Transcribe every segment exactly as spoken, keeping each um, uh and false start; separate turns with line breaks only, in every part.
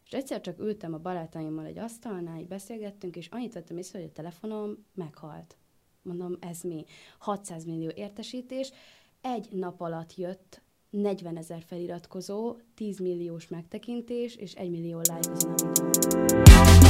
És egyszer csak ültem a barátaimmal egy asztalnál, így beszélgettünk, és annyit vettem észre, hogy a telefonom meghalt. Mondom, ez mi? hatszáz millió értesítés. Egy nap alatt jött negyvenezer feliratkozó, tíz milliós megtekintés, és egy millió like azon a videón.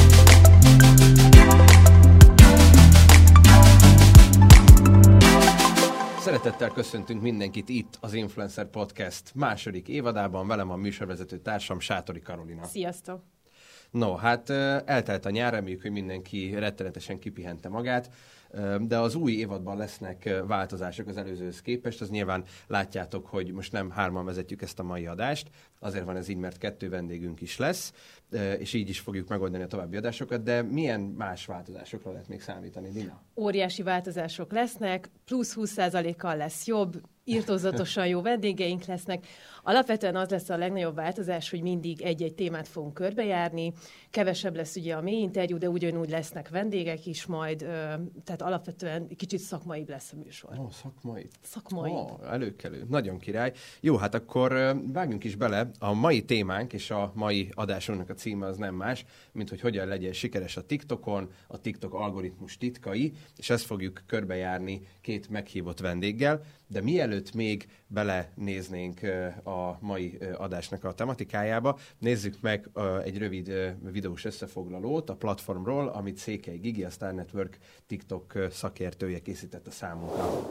Szeretettel köszöntünk mindenkit itt az Influencer Podcast második évadában. Velem a műsorvezető társam, Sátori Karolina.
Sziasztok!
No, hát eltelt a nyár, reméljük, hogy mindenki rettenetesen kipihente magát, de az új évadban lesznek változások az előzőhöz képest. Az nyilván látjátok, hogy most nem hárman vezetjük ezt a mai adást, azért van ez így, mert kettő vendégünk is lesz, és így is fogjuk megoldani a további adásokat, de milyen más változásokra lehet még számítani, Dina?
Óriási változások lesznek, plusz húsz százalékkal lesz jobb, irtózatosan jó vendégeink lesznek. Alapvetően az lesz a legnagyobb változás, hogy mindig egy-egy témát fogunk körbejárni. Kevesebb lesz ugye a mély interjú, de ugyanúgy lesznek vendégek is majd, tehát alapvetően kicsit szakmaibb lesz a műsor.
Ó, oh, szakmai.
Szakmai.
Oh, előkelő. Nagyon király. Jó, hát akkor vágjunk is bele. A mai témánk és a mai adásunknak a címe az nem más, mint hogy hogyan legyen sikeres a TikTokon, a TikTok algoritmus titkai, és ezt fogjuk körbejárni két meghívott vendéggel. De mielőtt még belenéznénk a mai adásnak a tematikájába, nézzük meg egy rövid videós összefoglalót a platformról, amit Székely Gigi, a Star Network TikTok szakértője készített a számunkra.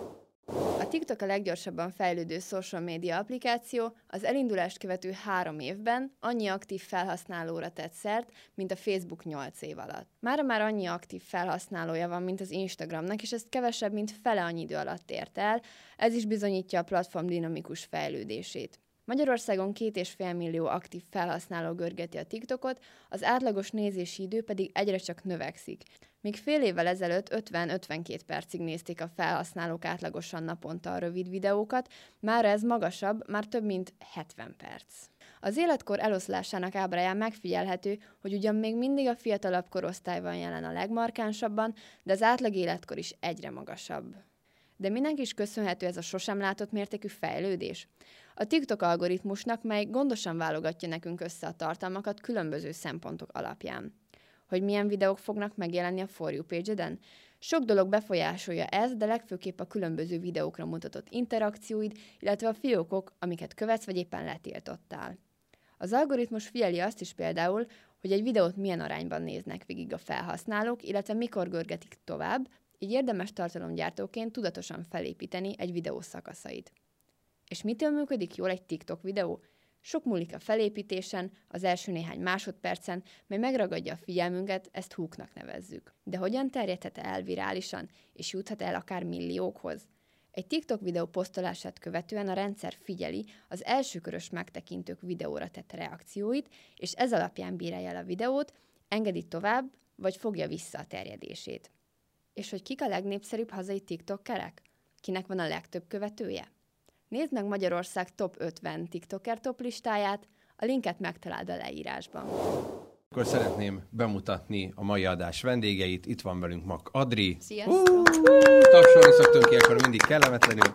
A TikTok a leggyorsabban fejlődő social media applikáció, az elindulást követő három évben annyi aktív felhasználóra tett szert, mint a Facebook nyolc év alatt. Mára már annyi aktív felhasználója van, mint az Instagramnak, és ezt kevesebb, mint fele annyi idő alatt ért el, ez is bizonyítja a platform dinamikus fejlődését. Magyarországon két és fél millió aktív felhasználó görgeti a TikTokot, az átlagos nézési idő pedig egyre csak növekszik. Míg fél évvel ezelőtt ötven-ötvenkét percig nézték a felhasználók átlagosan naponta a rövid videókat, már ez magasabb, már több mint hetven perc. Az életkor eloszlásának ábráján megfigyelhető, hogy ugyan még mindig a fiatalabb korosztály van jelen a legmarkánsabban, de az átlag életkor is egyre magasabb. De minek is köszönhető ez a sosem látott mértékű fejlődés? A TikTok algoritmusnak, mely gondosan válogatja nekünk össze a tartalmakat különböző szempontok alapján. Hogy milyen videók fognak megjelenni a For You page-eden? Sok dolog befolyásolja ez, de legfőképp a különböző videókra mutatott interakcióid, illetve a fiókok, amiket követsz vagy éppen letiltottál. Az algoritmus figyeli azt is például, hogy egy videót milyen arányban néznek végig a felhasználók, illetve mikor görgetik tovább, így érdemes tartalomgyártóként tudatosan felépíteni egy videó szakaszait. És mitől működik jól egy TikTok videó? Sok múlik a felépítésen, az első néhány másodpercen, mely megragadja a figyelmünket, ezt hooknak nevezzük. De hogyan terjedhet el virálisan, és juthat el akár milliókhoz? Egy TikTok videó posztolását követően a rendszer figyeli az elsőkörös megtekintők videóra tett reakcióit, és ez alapján bírálja el a videót, engedi tovább, vagy fogja vissza a terjedését. És hogy kik a legnépszerűbb hazai TikTokerek? Kinek van a legtöbb követője? Nézd meg Magyarország top ötven TikToker top listáját, a linket megtaláld a leírásban.
Akkor szeretném bemutatni a mai adás vendégeit. Itt van velünk Mak Adri.
Sziasztok!
Uh, tapsolni szoktunk ilyenkor mindig kellemetlenül.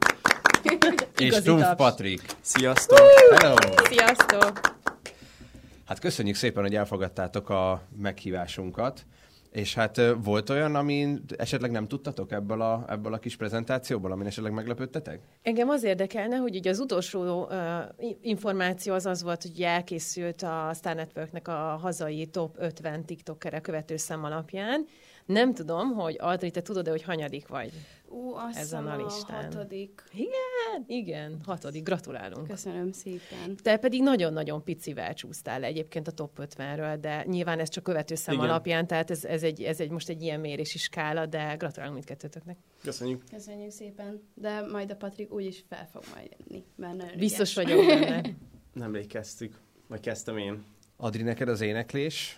És Stumpf Patrik.
Sziasztok!
Hello!
Sziasztok!
Hát köszönjük szépen, hogy elfogadtátok a meghívásunkat. És hát volt olyan, amin esetleg nem tudtatok ebből a, ebből a kis prezentációból, amin esetleg meglepődtetek?
Engem az érdekelne, hogy ugye az utolsó uh, információ az az volt, hogy elkészült a Star Networknek a hazai top ötven TikTokere követőszám alapján. Nem tudom, hogy Adri, te tudod-e, hogy hanyadik vagy
Ú, azt
ezen a listán?
a hatodik.
Igen, igen, hatodik, gratulálunk.
Köszönöm szépen.
Te pedig nagyon-nagyon picivel csúsztál le egyébként a top ötvenről, de nyilván ez csak követőszám
Igen.
alapján, tehát ez, ez, egy, ez egy most egy ilyen mérési skála, de gratulálunk mindkettőtöknek.
Köszönjük.
Köszönjük szépen. De majd a Patrik úgyis fel fog majd jönni, mert nagyon
Biztos
ügyes.
vagyok benne.
Nemrég kezdtük, vagy kezdtem én.
Adri, neked az éneklés?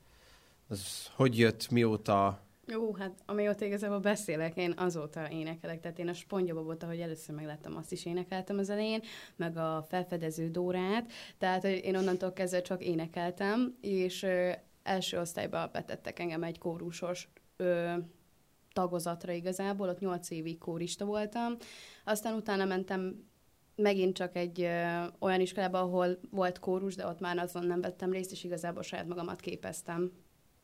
Az hogy jött, mióta?
Jó, hát amióta igazából beszélek, én azóta énekelek, tehát én a Spongyabobot, ahogy először megláttam, azt is énekeltem az elején, meg a Felfedező Dórát, tehát hogy én onnantól kezdve csak énekeltem, és ö, első osztályba betettek engem egy kórusos ö, tagozatra igazából, ott nyolc évig kórista voltam, aztán utána mentem megint csak egy ö, olyan iskolában, ahol volt kórus, de ott már azon nem vettem részt, és igazából saját magamat képeztem.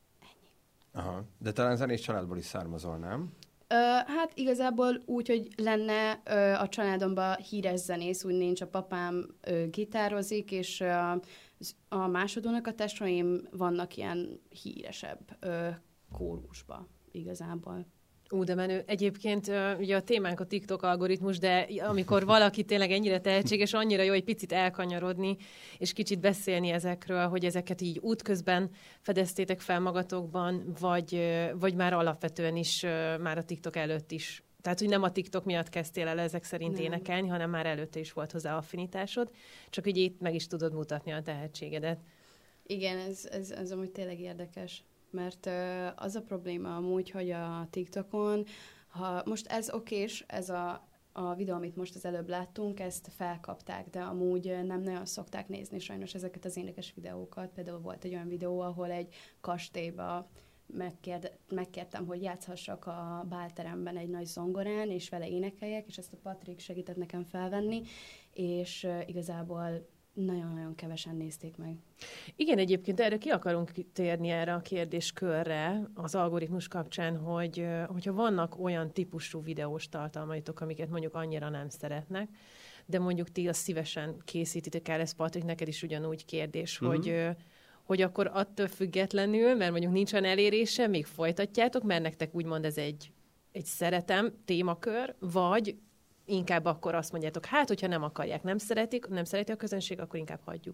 Aha. De talán zenés családból is származol, nem?
Ö, hát igazából úgy, hogy lenne ö, a családomban híres zenész, úgy nincs, a papám ö, gitározik, és ö, a másodónak a tesóim vannak ilyen híresebb ö, kórusba igazából.
Ú, de menő. Egyébként ugye a témánk a TikTok algoritmus, de amikor valaki tényleg ennyire tehetséges, annyira jó egy picit elkanyarodni, és kicsit beszélni ezekről, hogy ezeket így útközben fedeztétek fel magatokban, vagy, vagy már alapvetően is, már a TikTok előtt is. Tehát, hogy nem a TikTok miatt kezdtél el ezek szerint nem. énekelni, hanem már előtte is volt hozzá affinitásod, csak hogy itt meg is tudod mutatni a tehetségedet.
Igen, ez, ez, ez amúgy tényleg érdekes. Mert ö, az a probléma amúgy, hogy a TikTokon, ha most ez okés, ez a, a videó, amit most az előbb láttunk, ezt felkapták, de amúgy nem nagyon szokták nézni sajnos ezeket az érdekes videókat. Például volt egy olyan videó, ahol egy kastélyba megkérde, megkértem, hogy játszhassak a bálteremben egy nagy zongorán, és vele énekeljek, és ezt a Patrik segített nekem felvenni, és ö, igazából nagyon-nagyon kevesen nézték meg.
Igen, egyébként erre ki akarunk térni erre a kérdéskörre az algoritmus kapcsán, hogy hogyha vannak olyan típusú videós tartalmaitok, amiket mondjuk annyira nem szeretnek, de mondjuk ti azt szívesen készítitek el, ez Patrik, neked is ugyanúgy kérdés, mm-hmm. hogy, hogy akkor attól függetlenül, mert mondjuk nincs olyan elérése, még folytatjátok, mert nektek úgymond ez egy, egy szeretem témakör, vagy inkább akkor azt mondjátok, hát, hogyha nem akarják, nem szeretik, nem szereti a közönség, akkor inkább hagyjuk.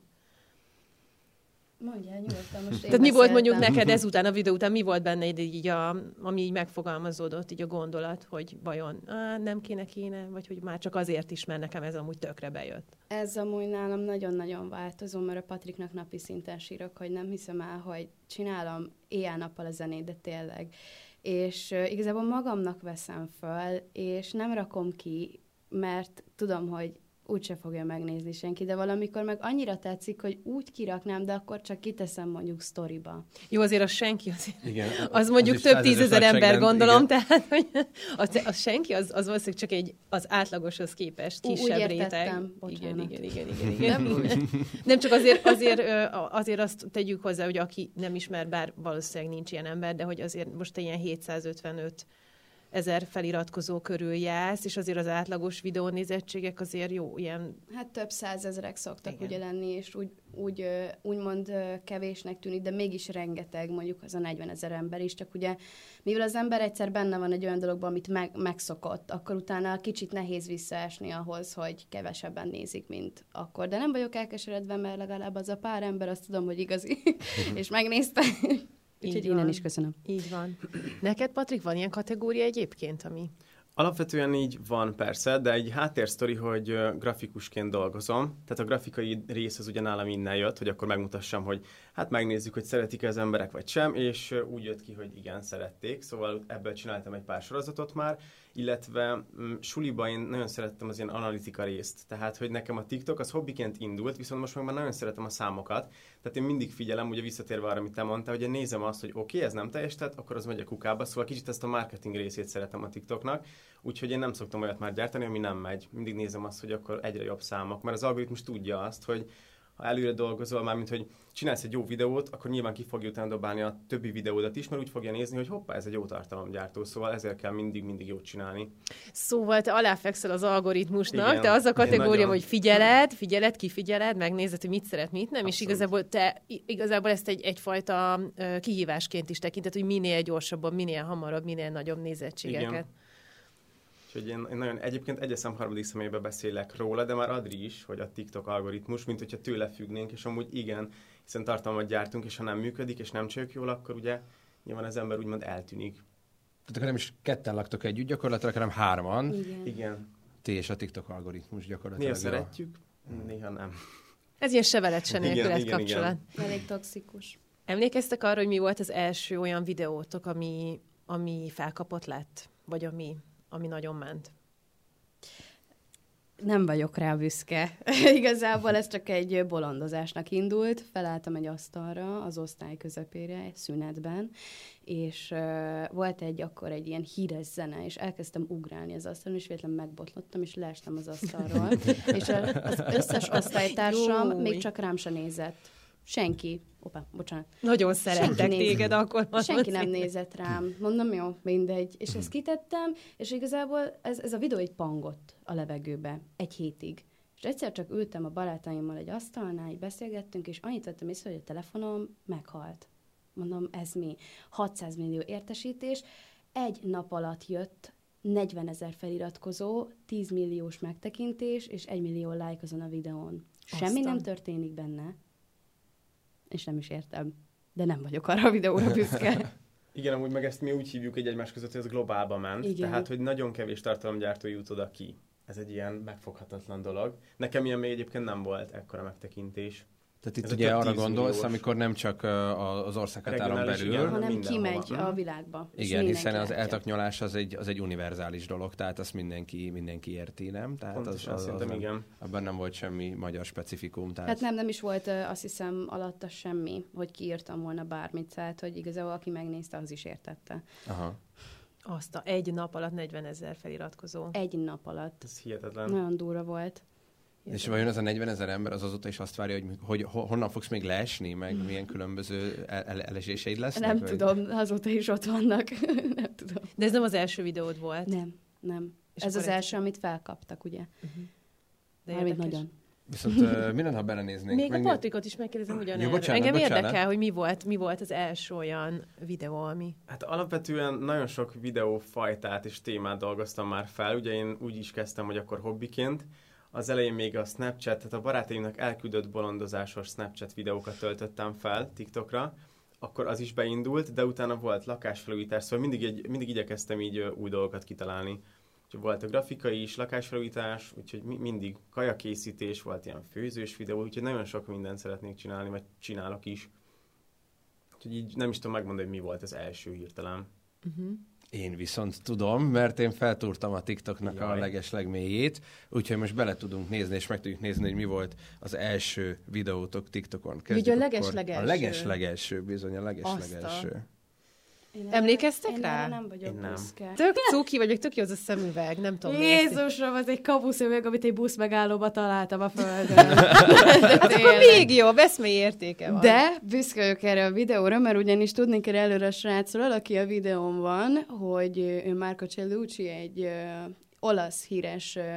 Mondjál, nyugodtan, most én
Tehát mi volt mondjuk neked ezután, a videó után, mi volt benne így, így a, ami így megfogalmazódott, így a gondolat, hogy vajon á, nem kéne, kéne, vagy hogy már csak azért is, mert nekem ez amúgy tökre bejött?
Ez amúgy nálam nagyon-nagyon változó, mert a Patriknak napi szinten sírok, hogy nem hiszem el, hogy csinálom éjjel-nappal a zenét, de tényleg. És uh, igazából magamnak veszem föl, és nem rakom ki, mert tudom, hogy úgyse fogja megnézni senki, de valamikor meg annyira tetszik, hogy úgy kiraknám, de akkor csak kiteszem mondjuk sztoriba.
Jó, azért az senki, azért,
igen,
az mondjuk
az
több tízezer ember, gondolom,
igen.
tehát hogy az, az senki, az, az valószínűleg csak egy az átlagoshoz képest kisebb
úgy
réteg.
Igen,
igen, igen, igen, igen. Nem, nem csak azért, azért, azért azt tegyük hozzá, hogy aki nem ismer, bár valószínűleg nincs ilyen ember, de hogy azért most ilyen hétszázötvenöt ezer feliratkozó körül jársz, és azért az átlagos videónézettségek azért jó, ilyen...
Hát több százezrek szoktak
igen.
ugye lenni, és úgy, úgy, úgymond kevésnek tűnik, de mégis rengeteg, mondjuk az a negyvenezer ember is, csak ugye, mivel az ember egyszer benne van egy olyan dologban, amit meg, megszokott, akkor utána kicsit nehéz visszaesni ahhoz, hogy kevesebben nézik, mint akkor. De nem vagyok elkeseredve, mert legalább az a pár ember, azt tudom, hogy igazi, és megnézte. Úgyhogy innen is köszönöm.
Így van. Neked, Patrik, van ilyen kategória egyébként, ami...
Alapvetően így van persze, de egy háttérsztori, hogy uh, grafikusként dolgozom. Tehát a grafikai rész az ugye nálam innen jött, hogy akkor megmutassam, hogy hát megnézzük, hogy szeretik-e az emberek vagy sem, és uh, úgy jött ki, hogy igen, szerették. Szóval ebből csináltam egy pár sorozatot már, illetve um, suliba én nagyon szerettem az ilyen analitika részt. Tehát, hogy nekem a TikTok az hobbiként indult, viszont most meg már nagyon szeretem a számokat. Tehát én mindig figyelem, ugye visszatérve arra, amit te mondtál, hogy én nézem azt, hogy oké, okay, ez nem teljesített, akkor az megy a kukába. Szóval kicsit ezt a marketing részét szeretem a TikToknak. Úgyhogy én nem szoktam olyat már gyártani, ami nem megy. Mindig nézem azt, hogy akkor egyre jobb számok. Mert az algoritmus tudja azt, hogy ha előre dolgozol, mármint hogy csinálsz egy jó videót, akkor nyilván ki fogja utána dobálni a többi videódat is, mert úgy fogja nézni, hogy hoppá, ez egy jó tartalomgyártó, szóval ezért kell mindig-mindig jót csinálni.
Szóval te aláfekszel az algoritmusnak,
igen,
te az a kategória, hogy figyeled,
Mhm.
figyeled, kifigyeled, megnézed, hogy mit szeret, mit nem,
Abszolút.
És igazából te igazából ezt egy, egyfajta uh, kihívásként is tekinted, hogy minél gyorsabban, minél hamarabb, minél nagyobb nézettségeket.
Igen. Úgyhogy én, én nagyon egyébként egyeszem harmadik személyben beszélek róla, de már Adri is, hogy a TikTok algoritmus, mint hogyha tőle függnénk, és amúgy igen, hiszen tartalmat gyártunk, és ha nem működik, és nem csők jól, akkor ugye nyilván az ember úgymond eltűnik.
Tehát akkor nem is ketten laktok együtt gyakorlatilag, hanem hárman.
Igen.
Igen.
Ti és a TikTok algoritmus gyakorlatilag.
Néha szeretjük, néha nem.
Ez ilyen sevelet se
Igen,
nélkület
igen,
kapcsolat.
igen.
Elég toxikus.
Emlékeztek arra, hogy mi volt az első olyan videótok, ami, ami felkapott lett? Vagy ami, ami nagyon ment?
Nem vagyok rá büszke. Igazából ez csak egy bolondozásnak indult. Felálltam egy asztalra az osztály közepére, egy szünetben, és uh, volt egy akkor egy ilyen híres zene, és elkezdtem ugrálni az asztalon, és véletlenül megbotlottam, és leestem az asztalról. És a, az összes osztálytársam
Jó.
még csak rám se nézett. Senki. Opa, bocsánat.
Nagyon szerettek
néz-
téged akkor.
Senki nem nézett rám. Mondom, jó, mindegy. És ezt kitettem, és igazából ez, ez a videó egy pangott a levegőbe egy hétig. És egyszer csak ültem a barátaimmal egy asztalnál, így beszélgettünk, és annyit vettem észre, hogy a telefonom meghalt. Mondom, ez mi? hatszáz millió értesítés. Egy nap alatt jött negyvenezer feliratkozó, tíz milliós megtekintés, és egy millió like azon a videón. Semmi
Aztán.
nem történik benne. És nem is értem. De nem vagyok arra a videóra büszke.
Igen, amúgy meg ezt mi úgy hívjuk egy egymás között, hogy ez globálba ment.
Igen.
Tehát, hogy nagyon kevés tartalomgyártó jut oda ki. Ez egy ilyen megfoghatatlan dolog. Nekem ilyen még egyébként nem volt ekkora megtekintés.
Tehát itt
Ez a
ugye
több
arra
tízmilliós.
gondolsz, amikor nem csak uh, az országhatáron
Regionális,
belül,
igen.
hanem
mindenhova.
kimegy
Mhm.
a világba. és
igen, hiszen
mindenki
az
látja.
eltaknyolás az egy, az egy univerzális dolog, tehát azt mindenki, mindenki érti, nem? Tehát
Pontosan,
az, az,
szerintem
az
igen.
abban nem volt semmi magyar specifikum. Tehát...
Hát nem, nem is volt, ö, azt hiszem, alatta semmi, hogy kiírtam volna bármit, tehát, hogy igazából aki megnézte, az is értette.
Aha.
Azt a egy nap alatt negyvenezer feliratkozó.
Egy nap alatt.
Ez hihetetlen.
Nagyon durva volt.
És vajon az a negyvenezer ember az azóta is azt várja, hogy, hogy ho- honnan fogsz még leesni, meg milyen különböző el- el- eleséseid lesznek?
Nem
vagy?
tudom, azóta is ott vannak. Nem tudom.
De ez nem az első videód volt.
Nem, nem.
És
Ez az
akkor
első, amit felkaptak, ugye?
De
Mármint
érdekes.
nagyon.
Viszont uh, mi lenne, ha belenéznénk?
Még a
Megné-
Patrikot is megkérdezem ugyanerre.
Jó, bocsánat,
Engem
bocsánat.
érdekel, hogy mi volt, mi volt az első olyan videó, ami...
Hát alapvetően nagyon sok videófajtát és témát dolgoztam már fel. Ugye én úgy is kezdtem, hogy akkor hobbiként. Az elején még a Snapchat, tehát a barátaimnak elküldött bolondozásos Snapchat videókat töltöttem fel TikTokra, akkor az is beindult, de utána volt lakásfelújítás, szóval mindig, egy, mindig igyekeztem így ö, új dolgokat kitalálni. Úgyhogy volt a grafikai is, lakásfelújítás, úgyhogy mi, mindig kajakészítés, volt ilyen főzős videó, úgyhogy nagyon sok mindent szeretnék csinálni, vagy csinálok is. Úgyhogy így nem is tudom megmondani, hogy mi volt az első hirtelen.
Uh-huh.
Én viszont tudom, mert én feltúrtam a TikToknak
Jaj.
a legeslegmélyét, úgyhogy most bele tudunk nézni, és meg tudjuk nézni, hogy mi volt az első videótok TikTokon. Kezdjük
Így a
akkor.
legeslegelső.
A legeslegelső, bizony, a legeslegelső.
Én
Emlékeztek
erre,
rá?
Én erre nem vagyok
Én nem.
büszke.
Tök cuki vagyok, tök jó az a szemüveg, nem tudom. nézni.
Jézusom, az egy kapuszöveg, amit egy busz megállóba találtam a földön. De
Akkor még jobb, eszmei értéke van.
De büszke vagyok erre a videóra, mert ugyanis tudni kell előre a srácról, aki a videón van, hogy ő Marco Cellucci egy ö, olasz híres, ö,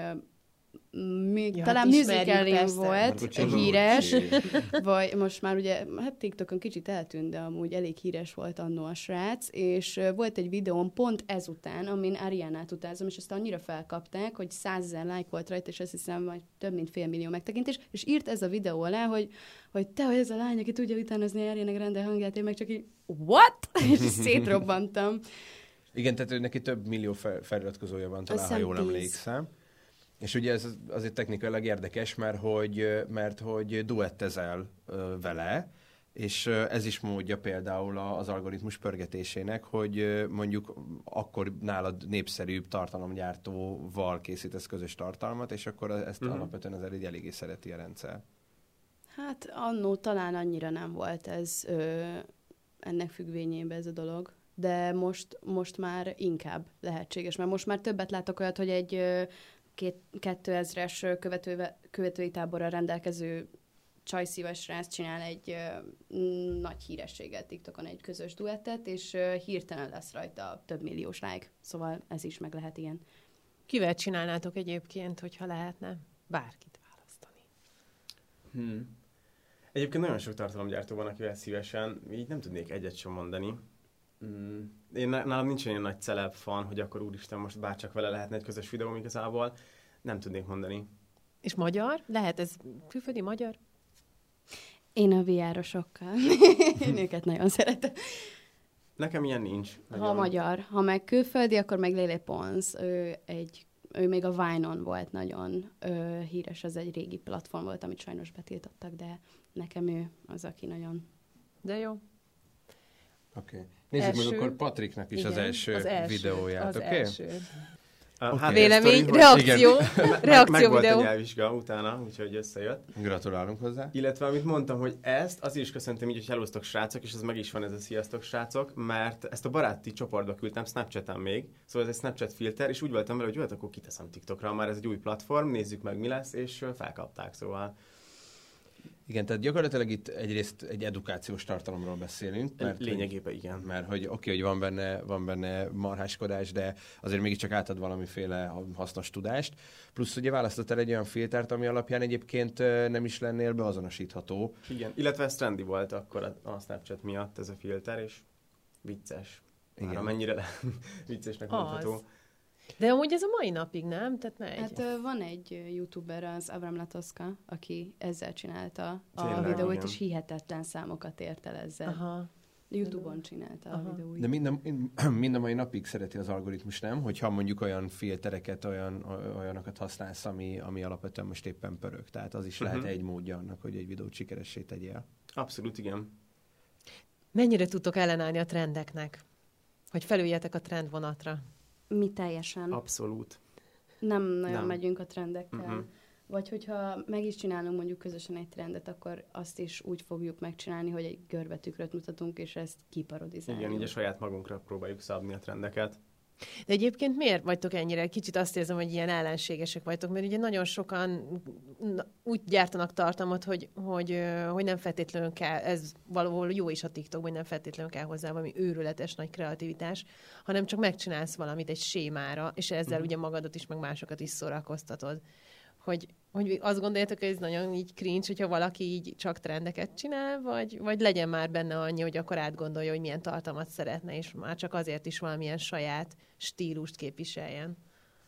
mi,
Ja,
talán
hát ismerjük,
musicalin
persze.
volt,
Marco Cellucci.
híres, vagy most már ugye, hát TikTokon kicsit eltűnt, de amúgy elég híres volt annó a srác, és ö, volt egy videón pont ezután, amin Ariánát utázom, és ezt annyira felkapták, hogy százezer like volt rajta, és azt hiszem, hogy több mint fél millió megtekintés, és írt ez a videó alá, hogy, hogy te vagy ez a lány, aki tudja utánozni Ariának rende hangját, én meg csak így, what? És szétrobbantam.
Igen, tehát ő neki több millió fel, feliratkozója van, talán, ha
hiszem
jól
tíz.
emlékszem. És ugye ez azért technikailag érdekes, mert hogy, mert hogy duettezel ö, vele, és ö, ez is módja például a- az algoritmus pörgetésének, hogy ö, mondjuk akkor nálad népszerűbb tartalomgyártóval készítesz közös tartalmat, és akkor ezt
Mhm.
alapvetően az elég eléggé szereti a rendszer.
Hát annó talán annyira nem volt ez ö, ennek függvényében ez a dolog, de most, most már inkább lehetséges, mert most már többet látok olyat, hogy egy ö, két, kétezres követőve, követői táborral rendelkező csajszívas srác csinál egy ö, nagy hírességet TikTokon, egy közös duettet, és ö, hirtelen lesz rajta több milliós like, szóval ez is meg lehet, igen.
Kivel csinálnátok egyébként, hogyha lehetne? Bárkit választani.
Hmm. Egyébként nagyon sok tartalomgyártó van, akivel szívesen, így nem tudnék egyet sem mondani. Mm. Én, nálam nincs ilyen nagy celeb fan, hogy akkor úristen, most bárcsak vele lehetne egy közös videóm igazából. Nem tudnék mondani.
És magyar? Lehet ez külföldi magyar?
Én a vé er-osokkal. Én őket nagyon szeretem.
Nekem ilyen nincs.
Ha
Nagyon.
magyar, ha meg külföldi, akkor meg Lele Pons. Ő, egy, ő még a Vine-on volt nagyon ö, híres, az egy régi platform volt, amit sajnos betiltottak, de nekem ő az, aki nagyon...
De jó.
Oké. Okay. Nézzük
Első.
meg akkor Patriknak is
Igen,
az első,
az első
videóját,
az
oké? Okay?
első.
Okay.
Vélemény,
sztori,
reakció,
meg,
reakció
meg volt
videó.
a nyelvvizsga utána, úgyhogy összejött.
Gratulálunk hozzá.
Illetve amit mondtam, hogy ezt azért is köszöntem így, hogy helóztok srácok, és ez meg is van ez a sziasztok srácok, mert ezt a baráti csoportba küldtem Snapchaten még, szóval ez egy Snapchat filter, és úgy voltam vele, hogy jó, akkor kiteszem TikTokra, már ez egy új platform, nézzük meg mi lesz, és felkapták, szóval.
Igen, tehát gyakorlatilag itt egyrészt egy edukációs tartalomról beszélünk. Mert,
lényegében igen.
Mert hogy oké, okay, hogy van benne, van benne marháskodás, de azért mégiscsak átad valamiféle hasznos tudást. Plusz ugye választottál egy olyan filtert, ami alapján egyébként nem is lennél beazonosítható.
Igen, illetve ez trendi volt akkor a, a Snapchat miatt ez a filter, és vicces. Igen. Már amennyire le, viccesnek mondható.
De amúgy ez a mai napig, nem? Tehát megy.
Hát van egy youtuber, az Avram Latoska, aki ezzel csinálta a
Tényleg,
videóit,
igen.
és hihetetlen számokat ért el ezzel.
Aha.
YouTube-on csinálta Aha. a videóit.
De mind a, mind a mai napig szereti az algoritmus, nem? Hogyha mondjuk olyan filtereket, olyan, olyanokat használsz, ami, ami alapvetően most éppen pörög. Tehát az is uh-huh. lehet egy módja annak, hogy egy videót sikeressé tegyél.
Abszolút, igen.
Mennyire tudtok ellenállni a trendeknek? Hogy felüljetek a trendvonatra?
Mi teljesen.
Abszolút.
Nem nagyon
Nem.
megyünk a trendekkel.
Uh-huh.
Vagy hogyha meg is csinálunk mondjuk közösen egy trendet, akkor azt is úgy fogjuk megcsinálni, hogy egy görbetükröt mutatunk, és ezt kiparodizáljuk.
Igen, így a saját magunkra próbáljuk szabni a trendeket.
De egyébként miért vagytok ennyire? Kicsit azt érzem, hogy ilyen ellenségesek vagytok, mert ugye nagyon sokan úgy gyártanak tartalmat, hogy, hogy, hogy nem feltétlenül kell, ez valahol jó is a TikTok, hogy nem feltétlenül kell hozzá valami őrületes nagy kreativitás, hanem csak megcsinálsz valamit egy sémára, és ezzel uh-huh. ugye magadat is, meg másokat is szórakoztatod. Hogy, hogy azt gondoljátok, hogy ez nagyon így cringe, hogyha valaki így csak trendeket csinál, vagy, vagy legyen már benne annyi, hogy akkor átgondolja, hogy milyen tartalmat szeretne, és már csak azért is valamilyen saját stílust képviseljen.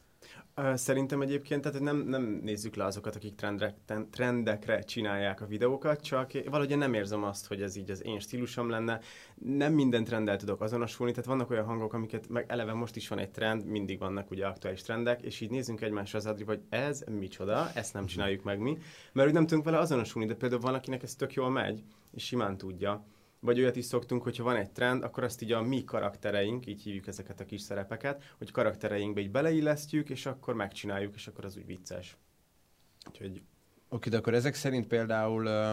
Szerintem egyébként, tehát nem, nem nézzük le azokat, akik trendre, trendekre csinálják a videókat, csak valahogy nem érzem azt, hogy ez így az én stílusom lenne. Nem minden trenddel tudok azonosulni, tehát vannak olyan hangok, amiket meg eleve most is van egy trend, mindig vannak ugye aktuális trendek, és így nézzünk egymásra az Adri, hogy ez micsoda, ezt nem csináljuk meg mi, mert úgy nem tudunk vele azonosulni, de például van, akinek ez tök jól megy, és simán tudja. Vagy olyat is szoktunk, hogyha van egy trend, akkor azt így a mi karaktereink, így hívjuk ezeket a kis szerepeket, hogy karaktereinkbe így beleillesztjük, és akkor megcsináljuk, és akkor az úgy vicces. Úgyhogy...
Oké, de akkor ezek szerint például ö,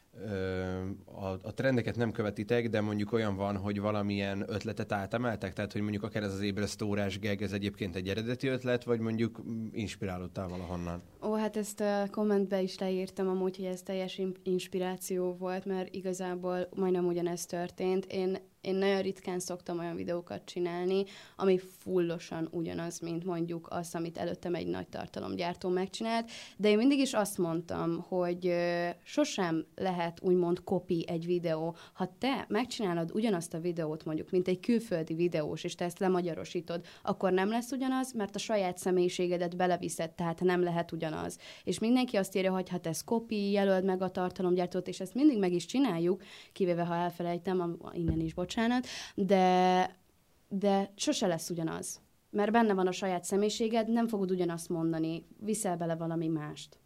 ö, a, a trendeket nem követitek, de mondjuk olyan van, hogy valamilyen ötletet átemeltek? Tehát, hogy mondjuk akár ez az ébresztő órás geg, ez egyébként egy eredeti ötlet, vagy mondjuk inspirálódtál valahonnan?
Ó, hát ezt a kommentbe is leírtam amúgy, hogy ez teljes inspiráció volt, mert igazából majdnem ugyanez történt. Én, én nagyon ritkán szoktam olyan videókat csinálni, ami fullosan ugyanaz, mint mondjuk az, amit előttem egy nagy tartalomgyártó megcsinált, de én mindig is azt mondtam, hogy ö, sosem lehet úgymond copy egy videó. Ha te megcsinálod ugyanazt a videót mondjuk, mint egy külföldi videós, és te ezt lemagyarosítod, akkor nem lesz ugyanaz, mert a saját személyiségedet beleviszed, tehát nem lehet ugyanaz. És mindenki azt írja, hogy hát ez copy, jelöld meg a tartalomgyártót, és ezt mindig meg is csináljuk, kivéve ha elfelejtem, innen is bocsánat, de, de sose lesz ugyanaz. Mert benne van a saját személyiséged, nem fogod ugyanazt mondani, viszel bele valami mást.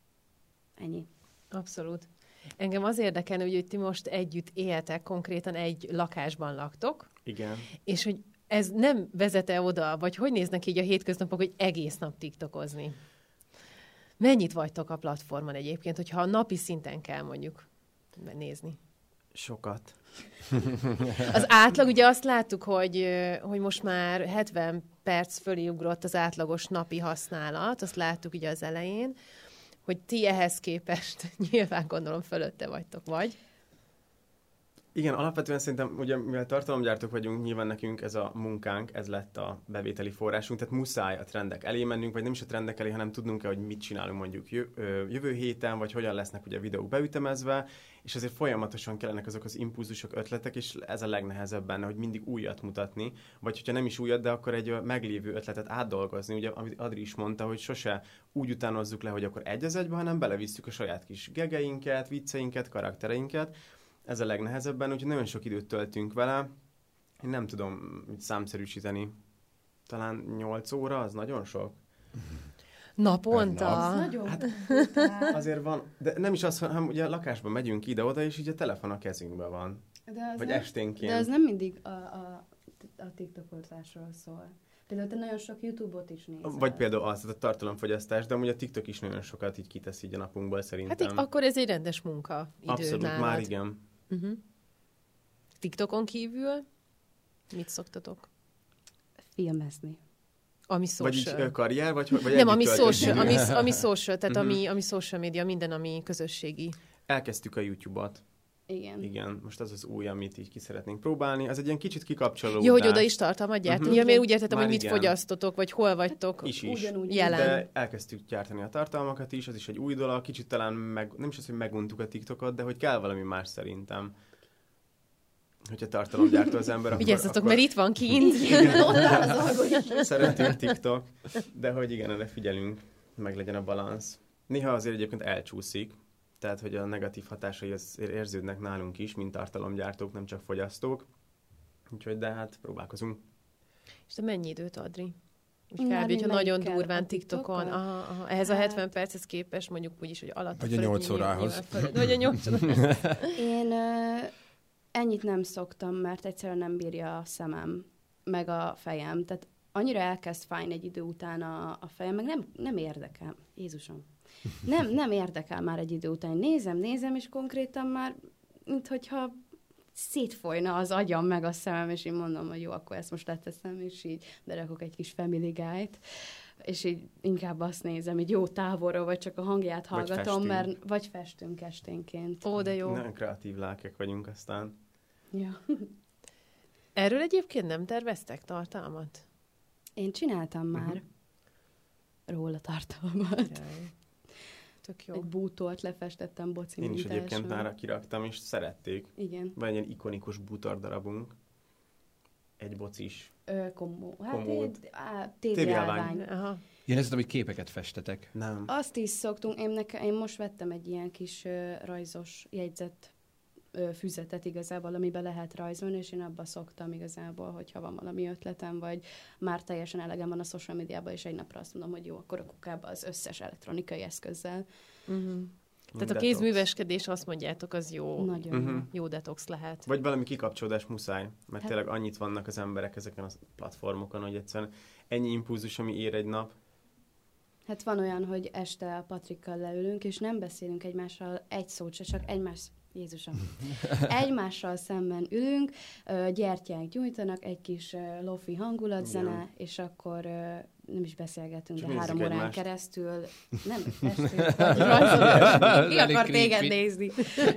Ennyi.
Abszolút. Engem az érdekel, hogy ti most együtt éltek, konkrétan egy lakásban laktok.
Igen.
És hogy ez nem vezet-e oda, vagy hogy néznek így a hétköznapok, hogy egész nap tiktokozni? Mennyit vagytok a platformon egyébként, hogyha a napi szinten kell mondjuk nézni?
Sokat.
Az átlag, ugye azt láttuk, hogy, hogy most már hetven perc fölé ugrott az átlagos napi használat, azt láttuk ugye az elején, hogy ti ehhez képest nyilván gondolom fölötte vagytok, vagy?
Igen, alapvetően szerintem, ugye, mivel tartalomgyártók vagyunk, nyilván nekünk ez a munkánk, ez lett a bevételi forrásunk, tehát muszáj a trendek elé mennünk, vagy nem is a trendek elé, hanem tudnunk kell, hogy mit csinálunk mondjuk jövő héten, vagy hogyan lesznek ugye a videók beütemezve, és azért folyamatosan kellenek azok az impulzusok, ötletek, és ez a legnehezebb benne, hogy mindig újat mutatni, vagy hogyha nem is újat, de akkor egy meglévő ötletet átdolgozni. Ugye, amit Adri is mondta, hogy sose úgy utánozzuk le, hogy akkor egy az egybe, hanem belevisszük a saját kis gegeinket, vicceinket, karaktereinket. Ez a legnehezebben, úgyhogy nagyon sok időt töltünk vele. Én nem tudom számszerűsíteni. Talán nyolc óra, az nagyon sok.
Naponta?
Az nagyon
hát, azért van, de nem is az, hanem ugye a lakásban megyünk ide-oda, és így a telefon a kezünkben van.
De az
vagy
nem,
esténként.
De az nem mindig a, a, a tiktokozásról szól. Például te nagyon sok YouTube-ot is nézel.
Vagy például az, a tartalomfogyasztás, de amúgy a TikTok is nagyon sokat így kitesz így a napunkból szerintem.
Hát így, akkor ez egy rendes munka idő
Abszolút,
nálad.
már igen.
Uh-huh. TikTokon kívül mit szoktatok?
Filmezni.
Ami
Vagy
social.
így karrier, vagy, vagy
Nem, ami
együtt
social,
töltött
ami,
idő?
ami social, tehát
Mhm.
ami, ami social media, minden, ami közösségi.
Elkezdtük a YouTube-ot.
Igen.
Igen, most az az új, amit így ki szeretnénk próbálni. Az egy ilyen kicsit kikapcsolódás.
Jó, hogy oda is tartalmat gyártani.
Mhm.
Ja, miért úgy értettem,
Már
hogy mit
igen.
fogyasztotok, vagy hol vagytok
Is is.
Ugyanúgy.
jelen.
De elkezdtük gyártani a tartalmakat is, az is egy új dolog. Kicsit talán meg, nem is az, hogy meguntuk a TikTokot, de hogy kell valami más szerintem. Hogyha tartalomgyártó az ember, akkor...
Vigyázzatok,
akkor...
mert itt van kint.
Ott áll az algoritmus.
Szeretünk TikTok, de hogy igen, erre figyelünk, meg legyen a balansz. Néha azért egyébként elcsúszik, tehát hogy a negatív hatásai az érződnek nálunk is, mint tartalomgyártók, nem csak fogyasztók. Úgyhogy de hát próbálkozunk.
És te mennyi időt, Adri? Úgy
Már
kb. Hogyha
mi
nagyon
melyikkel?
durván
A
TikTokon,
TikTokon?
aha, aha. ehhez a
Hát-
hetven perchez képest mondjuk úgyis, hogy alatt.
Vagy a nyolc órához.
Vagy a nyolc órához.
Én ö, ennyit nem szoktam, mert egyszerűen nem bírja a szemem, meg a fejem. Tehát annyira elkezd fájni egy idő után a, a fejem, meg nem, nem érdekel. Jézusom. Nem, nem érdekel már egy idő után. Nézem, nézem, és konkrétan már, minthogyha szétfolyna az agyam, meg a szemem, és én mondom, hogy jó, akkor ezt most leteszem, és így berakok egy kis Family Guy-t, és így inkább azt nézem, így jó távolról, vagy csak a hangját
Vagy
hallgatom,
festünk.
mert vagy festünk esténként.
Ó, de jó.
Nagyon kreatív lelkek vagyunk aztán.
Ja.
Erről egyébként nem terveztek tartalmat?
Én csináltam már róla tartalmat.
Jaj. Tök jó.
Egy bútort lefestettem boci
Én is
mintásra.
egyébként már kiraktam, és szerették.
Igen.
Van egy ilyen ikonikus bútor darabunk. Egy bocis.
Ö, komó. Hát
Komód.
egy- á,
té vé
té vé
állvány.
állvány.
Aha.
Én ezt tudom, hogy képeket festetek.
Nem.
Azt is szoktunk, én, neke, én most vettem egy ilyen kis ö, rajzos jegyzet ö, füzetet igazából, amiben lehet rajzolni, és én abba szoktam igazából, hogyha van valami ötletem, vagy már teljesen elegem van a social médiában, és egy napra azt mondom, hogy jó, akkor a kukába az összes elektronikai eszközzel.
Uh-huh. Tehát a
Detox.
kézműveskedés, azt mondjátok, az jó,
Nagyon
Mhm.
jó.
jó detox lehet.
Vagy valami kikapcsolódás muszáj, mert
Hát-
tényleg annyit vannak az emberek ezeken a platformokon, hogy egyszerűen ennyi impulzus, ami ér egy nap.
Hát van olyan, hogy este a Patrikkal leülünk, és nem beszélünk egymással egy szót se, csak egymás... Jézusom. Egymással szemben ülünk, ö, gyertyák gyújtanak, egy kis ö, lofi hangulatzene,
Igen.
és akkor ö, nem is beszélgetünk,
Csak
de három
nézzük
órán
egymást.
keresztül nem festünk, vagy rajzolunk. Ki
Elég
akar
creepy.
téged nézni?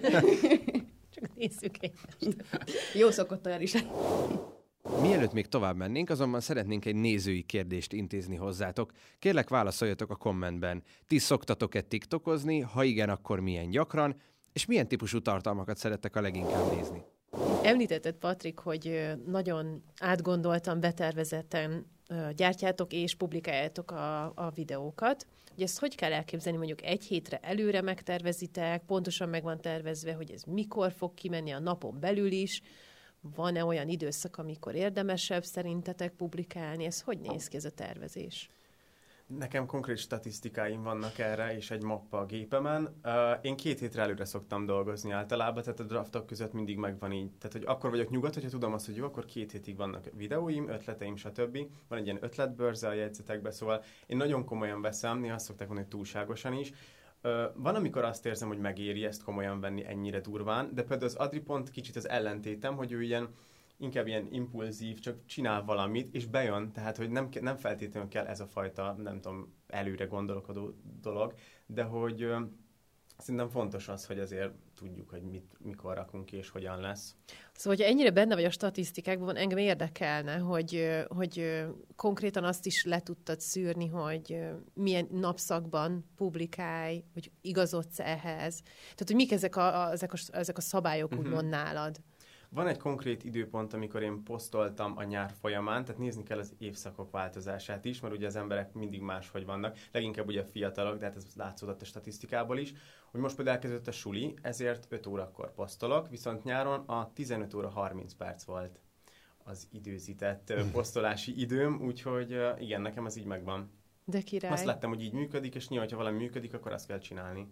Csak nézzük egymást.
Jó szokott olyan is.
Mielőtt még tovább mennénk, azonban szeretnénk egy nézői kérdést intézni hozzátok. Kérlek, válaszoljatok a kommentben. Ti szoktatok-e tiktokozni? Ha igen, akkor milyen gyakran? És milyen típusú tartalmakat szerettek a leginkább nézni?
Említetted, Patrik, hogy ö, nagyon átgondoltan, betervezetten ö, gyártjátok és publikáljátok a, a videókat. Ugye ezt hogy kell elképzelni, mondjuk egy hétre előre megtervezitek, pontosan meg van tervezve, hogy ez mikor fog kimenni a napon belül is, van-e olyan időszak, amikor érdemesebb szerintetek publikálni? Ez hogy néz ki ez a tervezés?
Nekem konkrét statisztikáim vannak erre, és egy mappa a gépemen. Uh, én két hétre előre szoktam dolgozni általában, tehát a draftok között mindig megvan így. Tehát, hogy akkor vagyok nyugodt, hogyha tudom azt, hogy jó, akkor két hétig vannak videóim, ötleteim, stb. Van egy ilyen ötletbörze a jegyzetekbe, szóval én nagyon komolyan veszem, néha azt szokták mondani, hogy túlságosan is. Uh, van, amikor azt érzem, hogy megéri ezt komolyan venni ennyire durván, de például az Adri pont kicsit az ellentétem, hogy ő ilyen inkább ilyen impulzív, csak csinál valamit, és bejön, tehát, hogy nem, nem feltétlenül kell ez a fajta, nem tudom, előre gondolkodó dolog, de hogy ö, szerintem fontos az, hogy azért tudjuk, hogy mit, mikor rakunk ki, és hogyan lesz.
Szóval, hogyha ennyire benne vagy a statisztikákban, engem érdekelne, hogy, ö, hogy ö, konkrétan azt is le tudtad szűrni, hogy ö, milyen napszakban publikálj, hogy igazodsz ehhez. Tehát, hogy mik ezek a, a, ezek a, ezek a szabályok,
Mhm.
úgymond nálad.
Van egy konkrét időpont, amikor én posztoltam a nyár folyamán, tehát nézni kell az évszakok változását is, mert ugye az emberek mindig máshogy vannak, leginkább ugye a fiatalok, de hát ez látszódott a statisztikából is, hogy most például elkezdődött a suli, ezért öt órakor posztolok, viszont nyáron a tizenöt óra harminc perc volt az időzített ö, posztolási időm, úgyhogy ö, igen, nekem ez így megvan.
De király.
Azt láttam, hogy így működik, és nyilván, ha valami működik, akkor azt kell csinálni.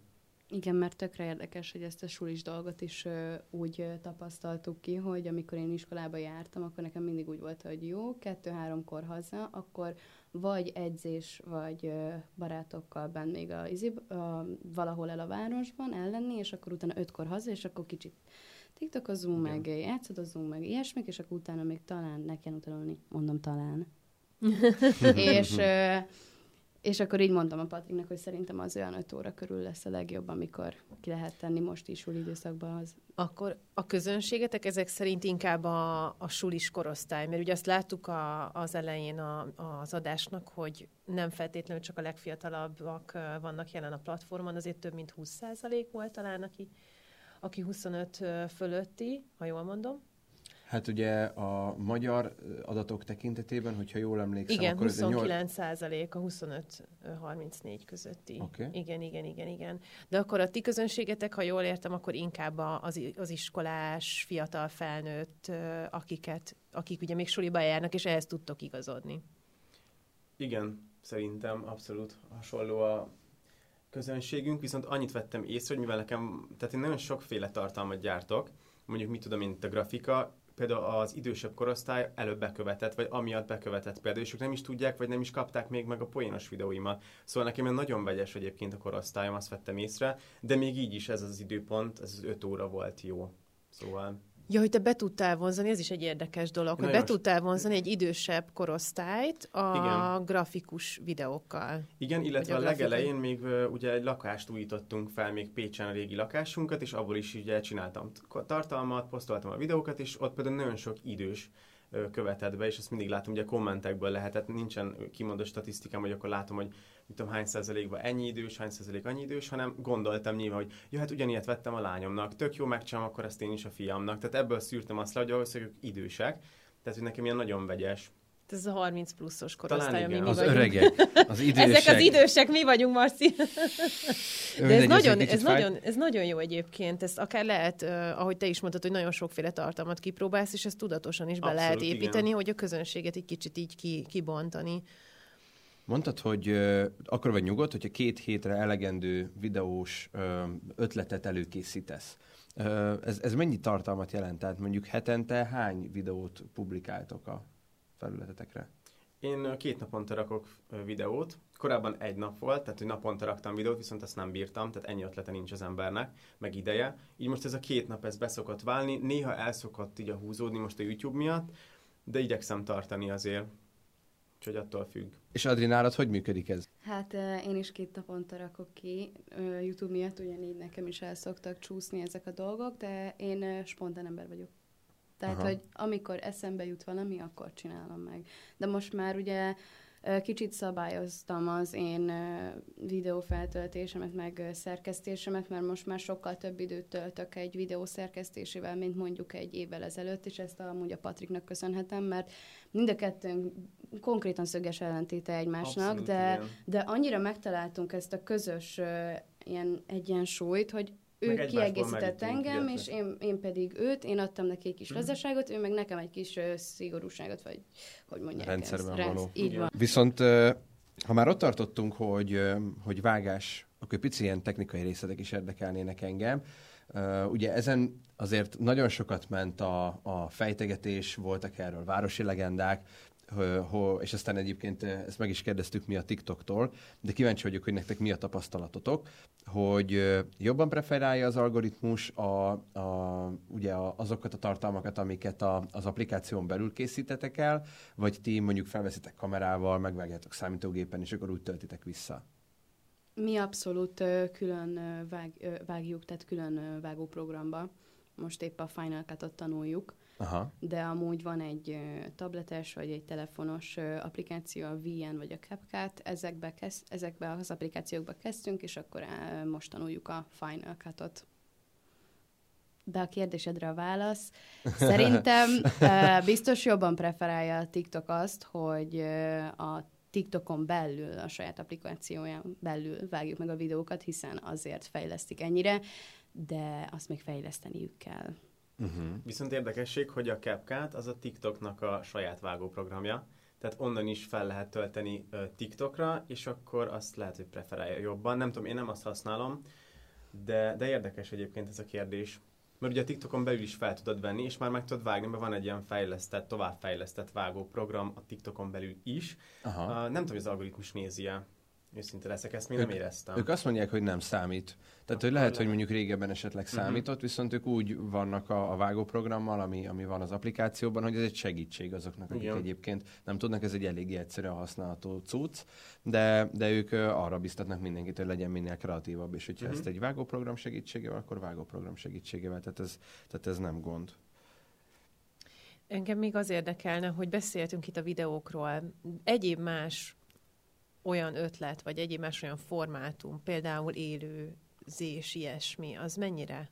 Igen, mert tökre érdekes, hogy ezt a sulis dolgot is ö, úgy ö, tapasztaltuk ki, hogy amikor én iskolába jártam, akkor nekem mindig úgy volt, hogy jó, kettő-háromkor haza, akkor vagy edzés, vagy ö, barátokkal benn még a, izib, a, valahol el a városban ellenni, és akkor utána ötkor haza, és akkor kicsit tiktokozunk, meg játszadozunk, meg ilyesmik, és akkor utána még talán ne kell utalni, mondom talán. és... Ö, És akkor így mondtam a Patriknak, hogy szerintem az olyan öt óra körül lesz a legjobb, amikor ki lehet tenni most is suli időszakban az.
Akkor a közönségetek ezek szerint inkább a, a sulis korosztály, mert ugye azt láttuk a, az elején a, az adásnak, hogy nem feltétlenül csak a legfiatalabbak vannak jelen a platformon, azért több mint húsz százalék volt talán, aki, aki huszonöt fölötti, ha jól mondom.
Hát ugye a magyar adatok tekintetében, hogyha jól emlékszem,
igen,
akkor ez
huszonkilenc százalék a huszonöt harmincnégy közötti.
Okay.
Igen, igen, igen, igen. De akkor a ti közönségetek, ha jól értem, akkor inkább az, az iskolás, fiatal felnőtt, akiket, akik ugye még suliba járnak, és ehhez tudtok igazodni.
Igen, szerintem abszolút hasonló a közönségünk, viszont annyit vettem észre, hogy mivel nekem, tehát én nagyon sokféle tartalmat gyártok, mondjuk mit tudom, mint a grafika, például az idősebb korosztály előbb bekövetett, vagy amiatt bekövetett például, és ők nem is tudják, vagy nem is kapták még meg a poénos videóimat. Szóval nekem nagyon vegyes egyébként a korosztályom, azt vettem észre, de még így is ez az időpont, ez az öt óra volt jó. Szóval...
Ja, hogy te be tudtál vonzani, ez is egy érdekes dolog, hogy
Nagyon
be tudtál vonzani egy idősebb korosztályt a
Igen.
grafikus videókkal.
Igen, illetve
a
a
grafikai.
legelején még uh, ugye egy lakást újítottunk fel még Pécsen, a régi lakásunkat, és abból is ugye csináltam tartalmat, posztoltam a videókat, és ott például nagyon sok idős uh, követett be, és ezt mindig látom, ugye a kommentekből lehetett, nincsen kimondott statisztikám, hogy akkor látom, hogy mit tudom, hány százalékban ennyi idős, hány százalék annyi idős, hanem gondoltam nyilván, hogy ja, hát ugyanilyet vettem a lányomnak, tök jó, megcsinálom, akkor ezt én is a fiamnak. Tehát ebből szűrtem azt le, hogy ahhoz, hogy ők idősek, tehát hogy nekem ilyen nagyon vegyes.
Ez a harminc pluszos korosztály, ami mi
Az
vagyunk.
öregek, az idősek.
Ezek az idősek, mi vagyunk, Marci. De ez,
Mindegy,
nagyon,
egy
ez,
kicsit fáj.
nagyon, ez nagyon jó egyébként. Ez akár lehet, uh, ahogy te is mondtad, hogy nagyon sokféle tartalmat kipróbálsz, és ezt tudatosan is be
Abszolút,
lehet építeni,
igen.
hogy a közönséget egy kicsit így ki, kibontani.
Mondtad, hogy ö, akkor vagy nyugodt, hogyha két hétre elegendő videós ö, ötletet előkészítesz. Ö, ez, ez mennyi tartalmat jelent? Tehát mondjuk hetente hány videót publikáltok a felületetekre?
Én ö, két naponta rakok ö, videót. Korábban egy nap volt, tehát hogy naponta raktam videót, viszont azt nem bírtam, tehát ennyi ötlete nincs az embernek, meg ideje. Így most ez a két nap ez beszokott válni, néha elszokott így a húzódni most a YouTube miatt, de igyekszem tartani azért, úgyhogy attól függ.
És Adri, nálad hogy működik ez?
Hát uh, én is két naponta rakok ki, uh, YouTube miatt ugyanígy nekem is el szoktak csúszni ezek a dolgok, de én uh, spontán ember vagyok. Tehát,
Aha.
hogy amikor eszembe jut valami, akkor csinálom meg. De most már ugye uh, kicsit szabályoztam az én uh, videófeltöltésemet, meg uh, szerkesztésemet, mert most már sokkal több időt töltök egy videó szerkesztésével, mint mondjuk egy évvel ezelőtt, és ezt amúgy a Patriknak köszönhetem, mert mind a kettőnk konkrétan szöges ellentéte egymásnak,
Abszolút,
de,
igen.
de annyira megtaláltunk ezt a közös uh, ilyen egyensúlyt, hogy
Meg
ő
egymásból
kiegészített
merítünk,
engem,
illetve.
és én, én pedig őt, én adtam neki egy kis
Mhm.
lazaságot, ő meg nekem egy kis uh, szigorúságot, vagy hogy mondják
Rendszerben
ezt.
való.
Így
Igen.
van.
Viszont ö, ha már ott tartottunk, hogy, ö, hogy vágás, akkor pici ilyen technikai részletek is érdekelnének engem. Ö, Ugye ezen azért nagyon sokat ment a, a fejtegetés, voltak erről városi legendák, Ho, ho, és aztán egyébként ezt meg is kérdeztük mi a TikToktól, de kíváncsi vagyok, hogy nektek mi a tapasztalatotok, hogy ö, jobban preferálja az algoritmus a, a, ugye a, azokat a tartalmakat, amiket a, az applikáción belül készítetek el, vagy ti mondjuk felveszitek kamerával, megvágjátok számítógépen, és akkor úgy töltitek vissza.
Mi abszolút ö, külön ö, vág, ö, vágjuk, tehát külön ö, vágóprogramba. Most épp a Final Cut-ot tanuljuk,
Aha.
de amúgy van egy ö, tabletes vagy egy telefonos ö, applikáció, a vé en vagy a CapCut, ezekbe, kezd, ezekbe az applikációkba kezdtünk, és akkor á, most tanuljuk a Final Cut-ot. De a kérdésedre a válasz. Szerintem ö, biztos jobban preferálja a TikTok azt, hogy ö, a TikTokon belül, a saját applikációján belül vágjuk meg a videókat, hiszen azért fejlesztik ennyire, de azt még fejleszteniük kell.
Uh-huh.
Viszont érdekesség, hogy a CapCut az a TikToknak a saját vágóprogramja, tehát onnan is fel lehet tölteni uh, TikTokra, és akkor azt lehet, hogy preferálja jobban. Nem tudom, én nem azt használom, De, de érdekes egyébként ez a kérdés. Mert ugye a TikTokon belül is fel tudod venni, és már meg tudod vágni, mert van egy ilyen fejlesztett, továbbfejlesztett vágóprogram a TikTokon belül is. Aha. Uh, nem tudom, hogy az algoritmus nézi-e. Őszinte leszek, ezt még ők, nem éreztem.
Ők azt mondják, hogy nem számít. Tehát, hogy lehet, hogy mondjuk régebben esetleg számított, uh-huh. viszont ők úgy vannak a, a vágóprogrammal, ami, ami van az applikációban, hogy ez egy segítség azoknak, akik Igen. egyébként nem tudnak, ez egy eléggé egyszerűen használható cucc, de, de ők arra biztatnak mindenkit, hogy legyen minél kreatívabb, és hogyha uh-huh. ezt egy vágóprogram segítségével, akkor vágóprogram segítségével, tehát ez, tehát ez nem gond.
Engem még az érdekelne, hogy beszéltünk itt a videókról, egyéb más olyan ötlet, vagy egyéb más olyan formátum, például élőzés, ilyesmi, az mennyire?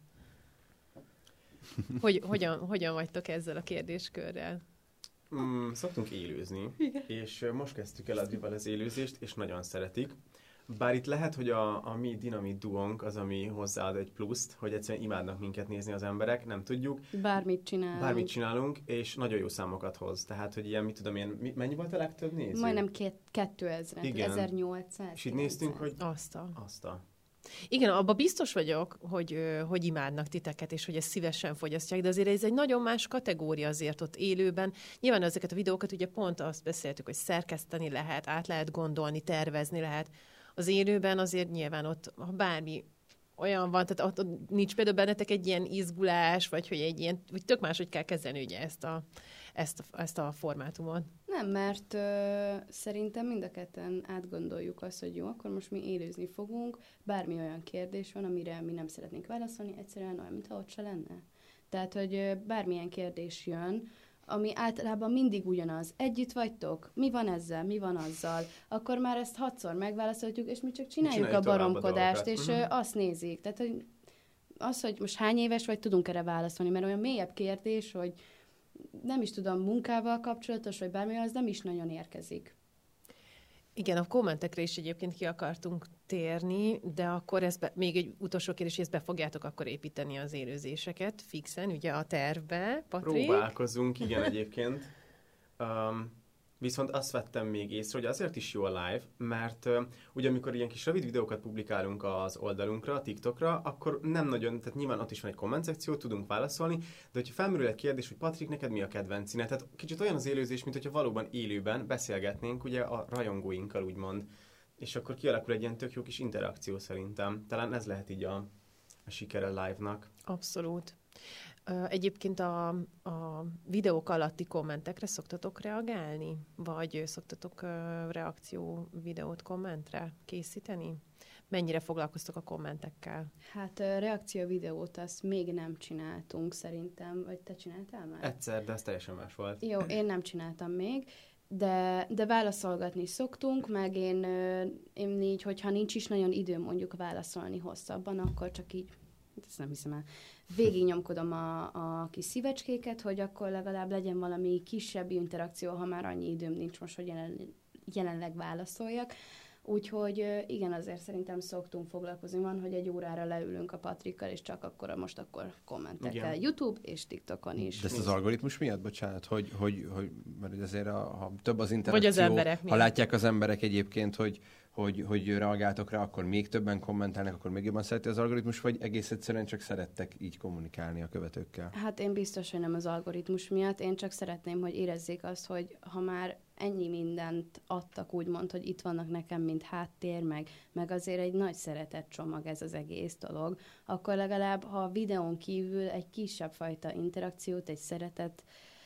Hogy, hogyan, hogyan vagytok ezzel a kérdéskörrel?
Mm, szoktunk élőzni, Igen. és most kezdtük el Adrival az élőzést, és nagyon szeretik. Bár itt lehet, hogy a, a mi dinamit duónk az, ami hozzáad egy pluszt, hogy egyszerűen imádnak minket nézni az emberek, nem tudjuk.
Bármit csinálunk.
Bármit csinálunk, és nagyon jó számokat hoz. Tehát, hogy ilyen, mit tudom én, mennyi volt a legtöbb néző?
Majdnem kétezer, ezernyolcszáz.
És így néztünk, hogy...
Azt a...
Azt a...
Igen, abban biztos vagyok, hogy, hogy imádnak titeket, és hogy ezt szívesen fogyasztják, de azért ez egy nagyon más kategória azért ott élőben. Nyilván ezeket a videókat ugye pont azt beszéltük, hogy szerkeszteni lehet, át lehet gondolni, tervezni lehet. Az élőben azért nyilván ott, ha bármi olyan van, tehát ott, ott nincs például bennetek egy ilyen izgulás, vagy hogy egy ilyen, vagy tök máshogy kell kezelni ugye ezt a, ezt a, ezt a formátumot.
Nem, mert ö, szerintem mind a ketten átgondoljuk azt, hogy jó, akkor most mi élőzni fogunk, bármi olyan kérdés van, amire mi nem szeretnénk válaszolni, egyszerűen olyan, mintha ott se lenne. Tehát, hogy ö, bármilyen kérdés jön, ami általában mindig ugyanaz. Együtt vagytok? Mi van ezzel? Mi van azzal? Akkor már ezt hatszor megválaszoljuk, és mi csak csináljuk, csináljuk a baromkodást, a és uh-huh. azt nézik. Tehát, hogy az, hogy most hány éves vagy, tudunk erre válaszolni, mert olyan mélyebb kérdés, hogy nem is tudom, munkával kapcsolatos, vagy bármi, az nem is nagyon érkezik.
Igen, a kommentekre is egyébként ki akartunk térni, de akkor ez be, még egy utolsó kérdés, hogy ezt be fogjátok akkor építeni az élőzéseket fixen, ugye a tervbe, Patrik?
Próbálkozunk, igen egyébként. Um, viszont azt vettem még észre, hogy azért is jó a live, mert uh, ugye amikor ilyen kis rövid videókat publikálunk az oldalunkra, a TikTokra, akkor nem nagyon, tehát nyilván ott is van egy komment szekció, tudunk válaszolni, de hogyha felmerül egy kérdés, hogy Patrik, neked mi a kedvenc színe? Tehát kicsit olyan az élőzés, mint hogyha valóban élőben beszélgetnénk ugye a rajongóinkkal, úgymond. És akkor kialakul egy ilyen tök jó kis interakció szerintem. Talán ez lehet így a, a sikere live-nak.
Abszolút. Egyébként a, a videók alatti kommentekre szoktatok reagálni? Vagy szoktatok reakció videót kommentre készíteni? Mennyire foglalkoztok a kommentekkel?
Hát reakció videót azt még nem csináltunk szerintem, vagy te csináltál már?
Egyszer, de ez teljesen más volt.
Jó, én nem csináltam még, de, de válaszolgatni szoktunk, meg én, én így, hogyha nincs is nagyon időm mondjuk válaszolni hosszabban, akkor csak így, ezt nem hiszem el, végignyomkodom a, a kis szívecskéket, hogy akkor legalább legyen valami kisebb interakció, ha már annyi időm nincs most, hogy jelen, jelenleg válaszoljak. Úgyhogy igen, azért szerintem szoktunk foglalkozni. Van, hogy egy órára leülünk a Patrikkal, és csak akkor most akkor kommentekkel. Igen. YouTube és TikTokon is.
De ezt az algoritmus miatt, bocsánat, hogy, hogy, hogy mert azért a, ha több az interakció,
vagy az emberek
ha
miatt.
Látják az emberek egyébként, hogy, hogy, hogy reagáltok rá, akkor még többen kommentálnak, akkor még jobban szereti az algoritmus, vagy egész egyszerűen csak szerettek így kommunikálni a követőkkel?
Hát én biztos, hogy nem az algoritmus miatt. Én csak szeretném, hogy érezzék azt, hogy ha már ennyi mindent adtak, úgymond, hogy itt vannak nekem, mint háttér, meg, meg azért egy nagy szeretett csomag ez az egész dolog, akkor legalább, ha a videón kívül egy kisebb fajta interakciót, egy szeretet,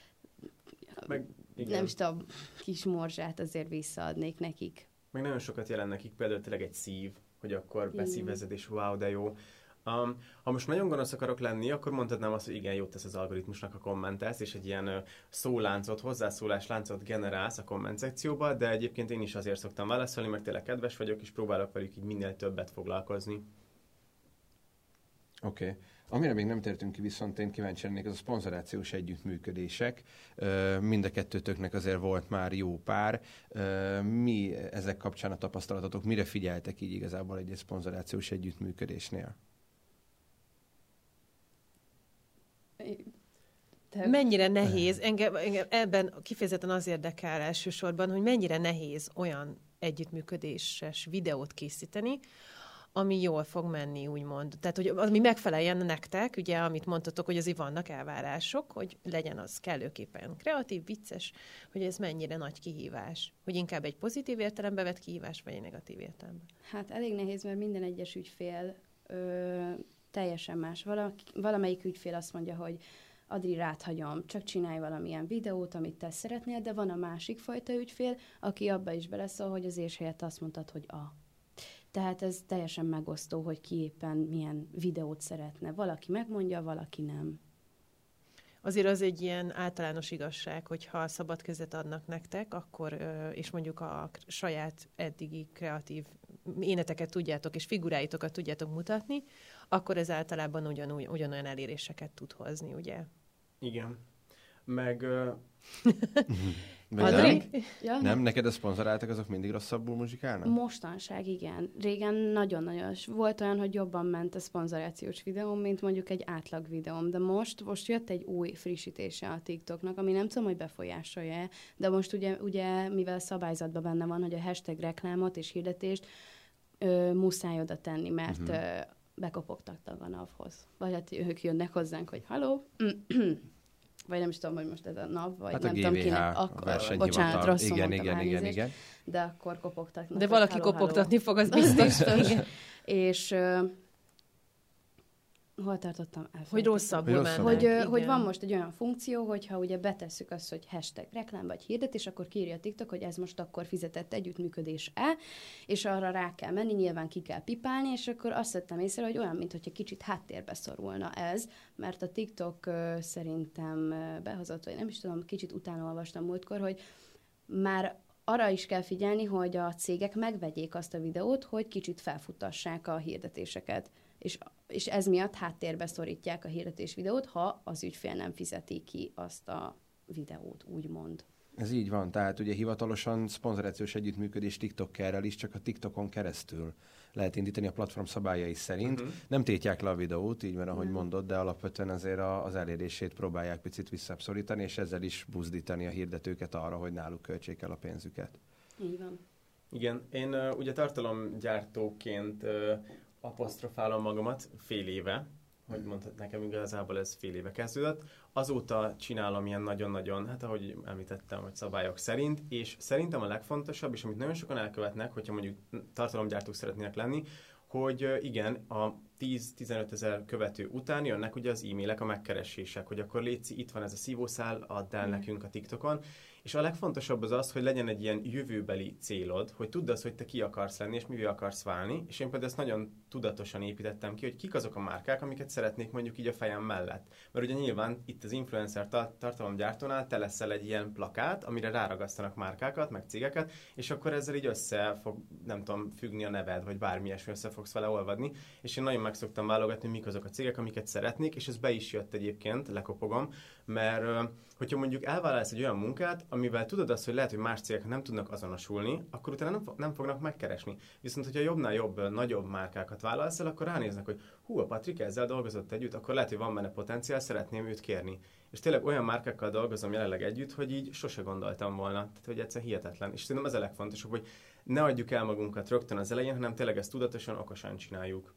meg, nem is tudom, kis morzsát azért visszaadnék nekik.
Meg nagyon sokat jelent nekik, például tényleg egy szív, hogy akkor beszívezed, és wow, de jó. Um, ha most nagyon gonosz akarok lenni, akkor mondhatnám azt, hogy igen, jót tesz az algoritmusnak, a kommentelsz, és egy ilyen uh, szóláncot, hozzászólásláncot generálsz a komment szekcióba, de egyébként én is azért szoktam válaszolni, mert tényleg kedves vagyok, és próbálok velük így minél többet foglalkozni.
Oké. Okay. Amire még nem tértünk ki, viszont én kíváncsi lennék, az a szponzorációs együttműködések. Mind a kettőtöknek azért volt már jó pár. Mi ezek kapcsán a tapasztalatotok, mire figyeltek így igazából egy szponzorációs együttműködésnél?
Te... Mennyire nehéz, engem, engem ebben kifejezetten az érdekel elsősorban, hogy mennyire nehéz olyan együttműködéses videót készíteni, ami jól fog menni, úgymond. Tehát, hogy ami megfeleljen nektek, ugye, amit mondtatok, hogy azért vannak elvárások, hogy legyen az kellőképpen kreatív, vicces, hogy ez mennyire nagy kihívás. Hogy inkább egy pozitív értelembe vett kihívás, vagy egy negatív értelembe.
Hát elég nehéz, mert minden egyes ügyfél ö, teljesen más. Valaki, valamelyik ügyfél azt mondja, hogy Adri, rád hagyom, csak csinálj valamilyen videót, amit te szeretnél, de van a másik fajta ügyfél, aki abba is beleszól, hogy az és helyett azt mondtad, hogy a. Tehát ez teljesen megosztó, hogy ki éppen milyen videót szeretne. Valaki megmondja, valaki nem.
Azért az egy ilyen általános igazság, hogy ha szabad kezet adnak nektek, akkor, és mondjuk a saját eddigi kreatív éneteket tudjátok, és figuráitokat tudjátok mutatni, akkor ez általában ugyanúgy, ugyanolyan eléréseket tud hozni, ugye?
Igen. Meg...
nem?
Ja?
Nem? Neked a szponzoráltak, azok mindig rosszabbul muzsikálnak?
Mostanság igen. Régen nagyon-nagyon. Volt olyan, hogy jobban ment a szponzorációs videóm, mint mondjuk egy átlag videóm. De most, most jött egy új frissítése a TikToknak, ami nem tudom, hogy befolyásolja, de most ugye, ugye mivel szabályzatban benne van, hogy a hashtag reklámot és hirdetést ö, muszáj oda tenni, mert uh-huh. ö, bekopogtattak a NAV-hoz. Vagy hát ők jönnek hozzánk, hogy haló, vagy nem is tudom, hogy most ez a NAV, vagy
hát
nem
a
tudom kinek. Akkor, bocsánat, rosszul
igen,
mondtam,
igen, igen,
elnézést,
igen.
de akkor kopogtatnak.
De valaki
halló,
kopogtatni
halló.
fog, az biztos.
biztos. És uh, hol tartottam?
Hogy rosszabbul
Hogy
mennek.
Hogy, uh,
Igen.
hogy van most egy olyan funkció, hogyha ugye betesszük azt, hogy hashtag reklám vagy hirdetés, akkor kírja a TikTok, hogy ez most akkor fizetett együttműködés-e, és arra rá kell menni, nyilván ki kell pipálni, és akkor azt vettem észre, hogy olyan, mintha kicsit háttérbe szorulna ez, mert a TikTok uh, szerintem uh, behozott, vagy nem is tudom, kicsit utána olvastam múltkor, hogy már arra is kell figyelni, hogy a cégek megvegyék azt a videót, hogy kicsit felfuttassák a hirdetéseket. És, és ez miatt háttérbe szorítják a hirdetés videót, ha az ügyfél nem fizeti ki azt a videót, úgymond.
Ez így van, tehát ugye hivatalosan szponzorációs együttműködés TikTokerrel is csak a TikTokon keresztül lehet indítani a platform szabályai szerint. Uh-huh. Nem tétják le a videót, így van, ahogy nem. mondod, de alapvetően azért a, az elérését próbálják picit visszaszorítani, és ezzel is buzdítani a hirdetőket arra, hogy náluk költsék el a pénzüket.
Így van.
Igen, én uh, ugye tartalomgyártóként uh, apostrofálom magamat fél éve, hogy mondhat nekem, igazából ez fél éve kezdődött. Azóta csinálom ilyen nagyon-nagyon, hát ahogy említettem, hogy szabályok szerint, és szerintem a legfontosabb, és amit nagyon sokan elkövetnek, hogyha mondjuk tartalomgyártók szeretnének lenni, hogy igen, a tíz-tizenöt ezer követő után jönnek ugye az e-mailek, a megkeresések, hogy akkor létszi, itt van ez a szívószál, add el mm. nekünk a TikTokon. És a legfontosabb az az, hogy legyen egy ilyen jövőbeli célod, hogy tudd azt, hogy te ki akarsz lenni, és mivé akarsz válni. És én például ezt nagyon tudatosan építettem ki, hogy kik azok a márkák, amiket szeretnék mondjuk így a fejem mellett. Mert ugye nyilván itt az influencer tartalomgyártónál te leszel egy ilyen plakát, amire ráragasztanak márkákat, meg cégeket, és akkor ezzel így össze fog, nem tudom, függni a neved, vagy bármi ilyesmi össze fogsz vele olvadni. És én nagyon meg szoktam válogatni, mik azok a cégek, amiket szeretnék, és ez be is jött egyébként, lekopogom, mert hogyha mondjuk elvállalsz egy olyan munkát, amivel tudod azt, hogy lehet, hogy más cégek nem tudnak azonosulni, akkor utána nem, fo- nem fognak megkeresni. Viszont, hogyha jobbnál jobb, nagyobb márkákat vállalsz el, akkor ránéznek, hogy hú, a Patrik ezzel dolgozott együtt, akkor lehet, hogy van benne potenciál, szeretném őt kérni. És tényleg olyan márkákkal dolgozom jelenleg együtt, hogy így sose gondoltam volna. Tehát, hogy egyszer hihetetlen. És szerintem ez a legfontosabb, hogy ne adjuk el magunkat rögtön az elején, hanem tényleg ezt tudatosan, okosan csináljuk.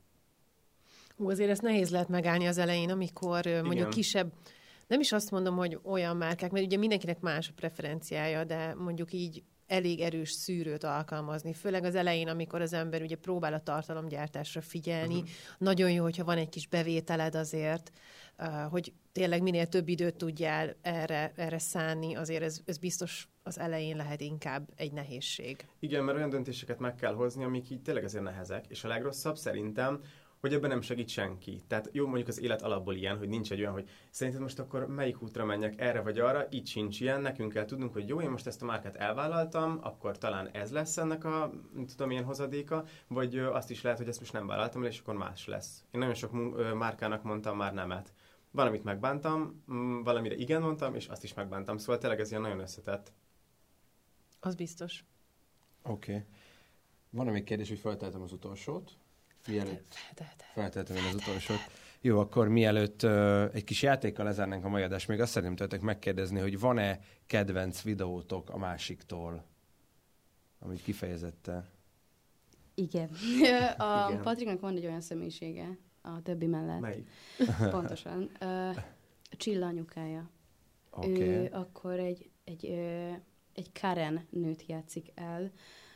Hú, azért ezt nehéz lehet megállni az elején, amikor
Igen.
mondjuk kisebb, nem is azt mondom, hogy olyan márkák, mert ugye mindenkinek más a preferenciája, de mondjuk így elég erős szűrőt alkalmazni. Főleg az elején, amikor az ember ugye próbál a tartalomgyártásra figyelni. Uh-huh. Nagyon jó, hogyha van egy kis bevételed azért, hogy tényleg minél több időt tudjál erre, erre szánni, azért ez, ez biztos az elején lehet inkább egy nehézség.
Igen, mert olyan döntéseket meg kell hozni, amik így tényleg azért nehezek, és a legrosszabb szerintem, hogy ebben nem segít senki. Tehát jó, mondjuk az élet alapból ilyen, hogy nincs egy olyan, hogy szerinted most akkor melyik útra menjek, erre vagy arra, így sincs ilyen, nekünk kell tudnunk, hogy jó, én most ezt a márkát elvállaltam, akkor talán ez lesz ennek a, nem tudom, ilyen hozadéka, vagy azt is lehet, hogy ezt most nem vállaltam el, és akkor más lesz. Én nagyon sok márkának mondtam már nemet. Valamit megbántam, valamire igen mondtam, és azt is megbántam, szóval tényleg ez ilyen nagyon összetett.
Az biztos.
Oké. Okay. Van még kérdés, hogy felteltem az utolsót? Mielőtt felteltem én az utolsót. Jó, akkor mielőtt uh, egy kis játékkal lezárnánk a mai adást, még azt szeretném tőletek megkérdezni, hogy van-e kedvenc videótok a másiktól, amit kifejezetten?
Igen. A
Igen.
Patriknak van egy olyan személyisége a többi mellett.
Melyik?
Pontosan. Ö, Csilla anyukája.
Oké.
Ő akkor egy, egy, ö, egy Karen nőt játszik el,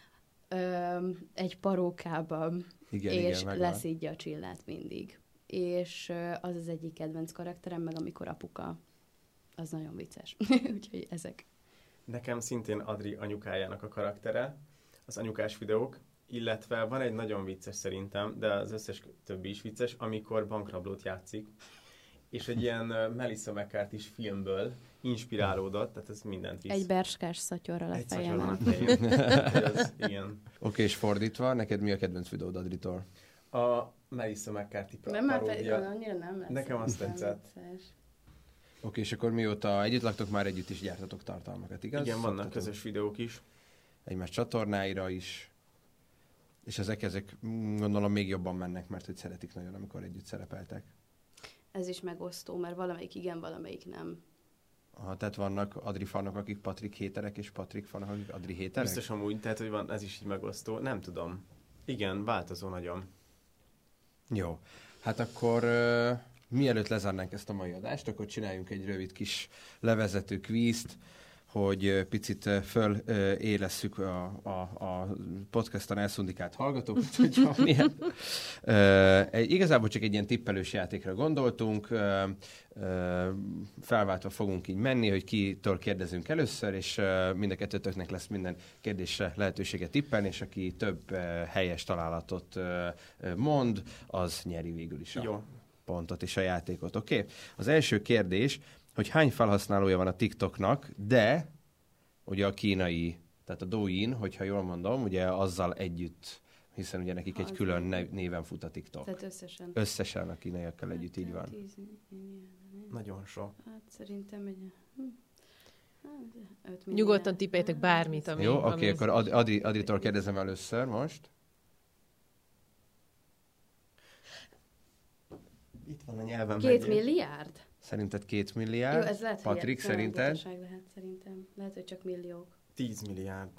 ö, egy parókában,
Igen,
és
igen, megvan.
leszídja a Csillát mindig. És ö, az az egyik kedvenc karakterem, meg amikor apuka, az nagyon vicces. Úgyhogy ezek.
Nekem szintén Adri anyukájának a karaktere, az anyukás videók, illetve van egy nagyon vicces szerintem, de az összes többi is vicces, amikor bankrablót játszik, és egy ilyen uh, Melissa McCarthy-s filmből inspirálódott, tehát ez mindent visz.
Egy berskás szatyorral a
Egy szatyorral a
fejemen.
fején. Ez, igen.
Oké, és fordítva, neked mi a kedvenc videód Adritól?
A Melissa McCarthy
Nem, már
paródia.
pedig annyira nem lesz.
Nekem azt
nem
tetszett.
vicces.
Oké, és akkor mióta együtt laktok, már együtt is gyártatok tartalmakat, igaz?
Igen, vannak
Szoktatok
közös videók is.
egymás csatornáira is, és ezek, ezek mm, gondolom még jobban mennek, mert hogy szeretik nagyon, amikor együtt szerepeltek.
Ez is megosztó, mert valamelyik igen, valamelyik nem.
Aha, tehát vannak Adri fanok, akik Patrik héterek, és Patrik fanok, akik Adri héterek?
Biztos amúgy, tehát hogy van, ez is így megosztó. Nem tudom. Igen, változó nagyon.
Jó. Hát akkor uh, mielőtt lezárnánk ezt a mai adást, akkor csináljunk egy rövid kis levezető kvízt, hogy uh, picit uh, fölélesszük a, a, a podcaston elszundikált hallgatókat, hogy van milyen. Uh, egy, igazából csak egy ilyen tippelős játékra gondoltunk, uh, uh, felváltva fogunk így menni, hogy kitől kérdezünk először, és uh, mind a kettőtöknek lesz minden kérdésre lehetősége tippelni, és aki több uh, helyes találatot uh, mond, az nyeri végül is a
Jó.
pontot és a játékot. Oké? Okay? Az első kérdés, hogy hány felhasználója van a TikToknak, de ugye a kínai, tehát a Douyin, hogyha jól mondom, ugye azzal együtt, hiszen ugye nekik egy
Az
külön
nem.
nev- néven fut a TikTok.
Tehát összesen.
Összesen a kínaiakkal együtt így van.
tíz milliárd.
Nagyon sok.
Hát szerintem egy... hm, hát, öt milliárd.
Nyugodtan tippeljetek bármit, ami...
Jó,
ami
oké, akkor Ad- Adri, Adritól kérdezem először most.
Itt van a nyelvem.
Két milliárd?
Szerinted két
Jó,
milliárd?
ez lehet,
Patrik,
hogy
szerinted?
butaság lehet szerintem. Lehet, hogy csak milliók.
tíz milliárd.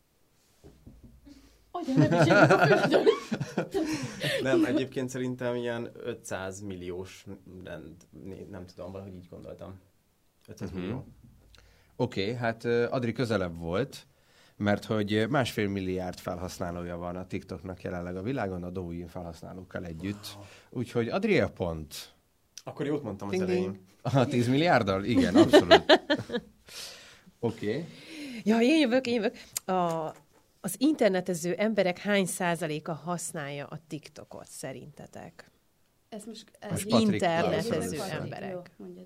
Nem, egyébként szerintem ilyen ötszáz milliós rend, né- nem tudom, valahogy így gondoltam. ötszáz
Mhm.
millió.
Oké, okay, hát uh, Adri közelebb volt, mert hogy másfél milliárd felhasználója van a TikToknak jelenleg a világon, a Douyin felhasználókkal együtt. Úgyhogy Adri a pont.
Akkor jót mondtam az
Ding, ding.
elején.
A tíz milliárddal? Igen, abszolút. Oké. Okay.
Ja, én jövök, én jövök. A, az internetező emberek hány százaléka használja a TikTokot szerintetek?
Ez most...
Most
Ez
Patrik
internetező
válaszol.
emberek.
Jó, mondjad.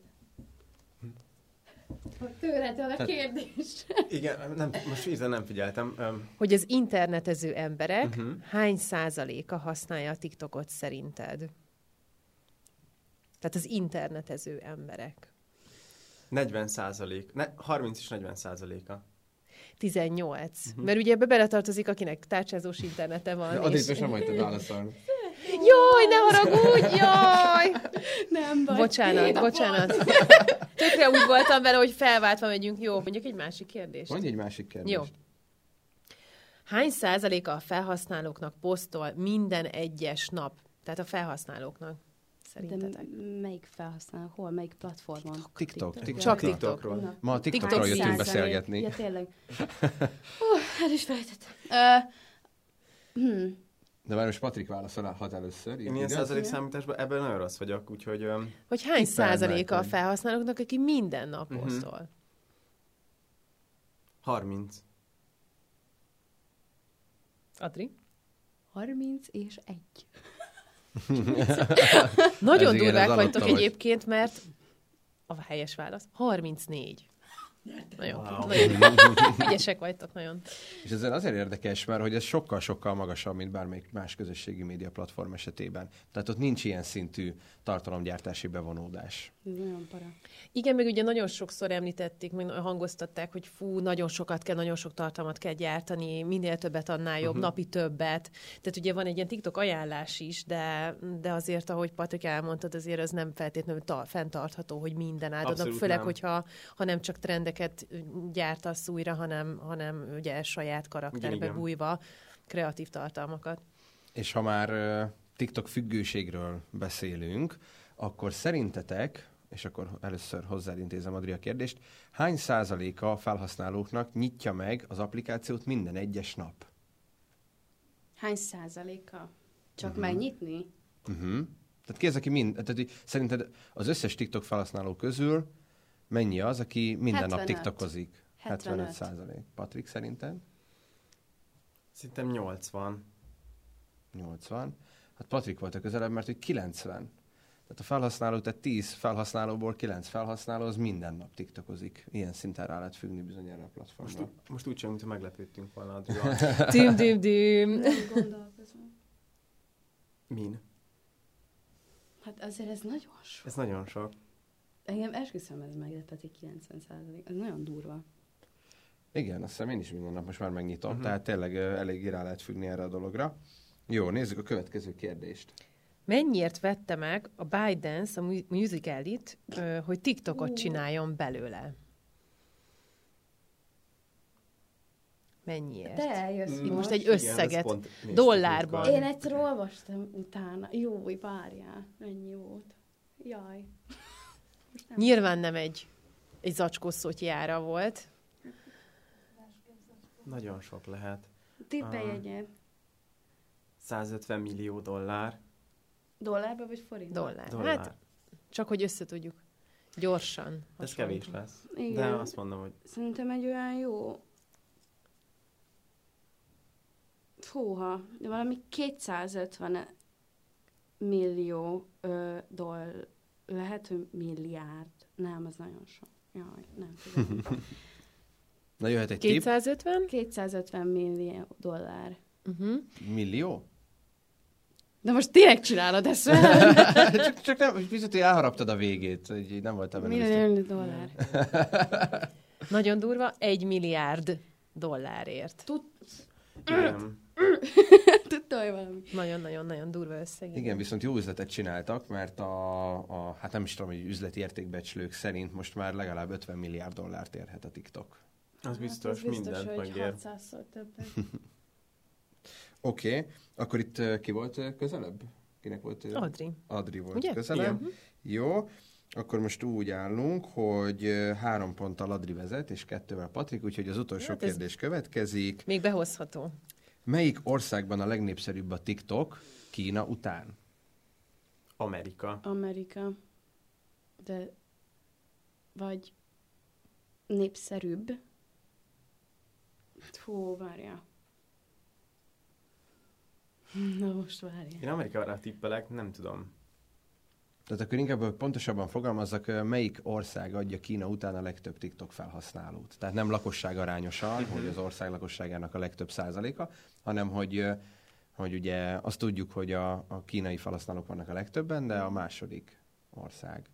Tőletől a
Tehát-
kérdés.
Igen, nem, most ízen nem figyeltem. Öm,
Hogy az internetező emberek
Mhm.
hány százaléka használja a TikTokot szerinted? Tehát az internetező emberek.
negyven százalék, ne, harminc és negyven százaléka.
tizennyolc.
Mhm.
Mert ugye ebbe beletartozik, akinek tárcsázós internete van.
Adrit
és...
most nem hagytad válaszolni.
Jaj, ne haragudj, jaj!
Nem baj.
Bocsánat,
Én a
bocsánat. Tökre úgy voltam vele, hogy felváltva megyünk. Jó, mondjuk egy másik kérdést.
Mondj egy másik kérdést.
Jó. Hány százaléka a felhasználóknak posztol minden egyes nap? Tehát a felhasználókknak,
De
szerintetek?
m- melyik felhasználó? Hol? Melyik platformon?
TikTok. TikTok.
Csak
Ja,
TikTokról.
Na.
Ma a TikTokról
TikTok
jöttünk
százalék.
beszélgetni.
Ja, tényleg. Ó, el is felejtettem. Uh, hmm.
De már most Patrik válaszolhat először.
Én ilyen
igaz?
százalék számításban ebben nagyon rossz vagyok, úgyhogy öm,
Hogy hány
Tippeld
százaléka a
neked.
felhasználóknak, aki minden nap
Mhm.
posztol?
harminc.
Adri?
harminc és egy.
Nagyon
Ez igen,
durvák
ez
vagytok
alatta vagy.
egyébként, mert a helyes válasz harmincnégy. Nagyon,
Wow.
nagyon ügyesek vagytok, nagyon.
És ez azért érdekes, mert hogy ez sokkal-sokkal magasabb, mint bármelyik más közösségi média platform esetében. Tehát ott nincs ilyen szintű tartalomgyártási bevonódás.
Ez nagyon para.
Igen, meg ugye nagyon sokszor említették, meg hangoztatták, hogy fú, nagyon sokat kell, nagyon sok tartalmat kell gyártani, minél többet, annál jobb, uh-huh. napi többet. Tehát ugye van egy ilyen TikTok ajánlás is, de, de azért, ahogy Patrik elmondtad, azért az nem feltétlenül ta- fenntartható, hogy minden áldod,
Abszolút
főleg,
nem.
hogyha ha nem csak trendeket gyártasz újra, hanem, hanem ugye saját karakterbe
Igen, igen.
bújva. kreatív tartalmakat.
És ha már uh, TikTok függőségről beszélünk, akkor szerintetek, és akkor először hozzád intézem, Adri, a kérdést, hány százaléka a felhasználóknak nyitja meg az applikációt minden egyes nap?
Hány százaléka? Csak
Mhm.
megnyitni?
Uh-huh. Tehát ki az, aki mind... Tehát, hogy szerinted az összes TikTok felhasználó közül mennyi az, aki minden nap
hetvenöt.
TikTokozik?
hetvenöt.
százalék. Patrik, szerinted?
Szerintem nyolcvan.
nyolcvan. Hát Patrik volt a közelebb, mert hogy kilencven. Tehát a felhasználó, tehát tíz felhasználóból kilenc felhasználó, az minden nap TikTokozik. Ilyen szinten rá lehet függni bizonyára a platformra.
Most, most úgy sem, mintha meglepődtünk volna, Adrián.
Düm, düm, düm.
Nem gondolkozom.
Min?
Hát azért ez nagyon sok.
Ez nagyon sok.
Engem esküszöm, ez meglepeti kilencven százalék. Ez nagyon durva.
Igen, azt hiszem én is minden nap most már megnyitom,
Mhm.
tehát tényleg ö, eléggé rá lehet függni erre a dologra. Jó, nézzük a következő kérdést.
Mennyiért vette meg a ByteDance, a Mu- Musical.ly-t, ö, hogy TikTokot csináljon belőle? Mennyiért?
Te eljössz
Mm,
most
most.
egy
Igen,
összeget
ezt pont néztük
dollárban.
múltkor.
Én egyszer olvastam utána. Jó, várjál. Ennyi volt. Jaj. Most nem.
Nyilván nem egy, egy zacskó szotyjára volt.
Nagyon sok lehet.
Tippelj
Ah.
egyet.
százötven millió dollár.
Dollárba vagy forintba?
Dollár.
dollár.
Hát, csak hogy összetudjuk. Gyorsan.
Ez
hasonlítani.
kevés lesz.
Igen.
De azt mondom, hogy
Szerintem egy olyan jó... Fúha, de valami kétszázötven millió ö, doll... Lehet, hogy milliárd. Nem, az nagyon sok. Jaj, nem tudom.
Na jöhet egy tipp.
kétszázötven?
kétszázötven millió dollár.
Uh-huh.
Millió?
De most tényleg csinálod ezt velem?
csak, csak nem, biztos, hogy elharaptad a végét, hogy így nem voltam benne biztos.
Millió dollár.
Nagyon durva, egy milliárd dollárért.
Tud,
igen.
tudta, hogy valami.
Nagyon-nagyon-nagyon durva összeg.
Igen, viszont jó üzletet csináltak, mert a, a, hát nem is tudom, hogy üzleti értékbecslők szerint most már legalább ötven milliárd dollárt érhet a TikTok.
Az biztos,
hát az biztos,
mindent
hogy
megér.
hatszázszor többet.
Oké, okay. Akkor itt uh, ki volt uh, közelebb? Kinek volt? Uh,
Adri.
Adri volt
Ugye?
közelebb.
Igen.
Jó, akkor most úgy állunk, hogy uh, három ponttal Adri vezet, és kettővel Patrik, úgyhogy az utolsó
Hát ez-
kérdés következik.
Még behozható.
Melyik országban a legnépszerűbb a TikTok Kína után?
Amerika.
Amerika. De... Vagy... Népszerűbb. Hú, várja. Na most várja.
Én Amerikára tippelek, nem tudom.
Tehát akkor inkább, hogy pontosabban fogalmazzak, uh, melyik ország adja Kína után a legtöbb TikTok felhasználót? Tehát nem lakosság arányosan, hogy az ország lakosságának a legtöbb százaléka, hanem hogy, uh, hogy ugye azt tudjuk, hogy a, a kínai felhasználók vannak a legtöbben, de a második ország.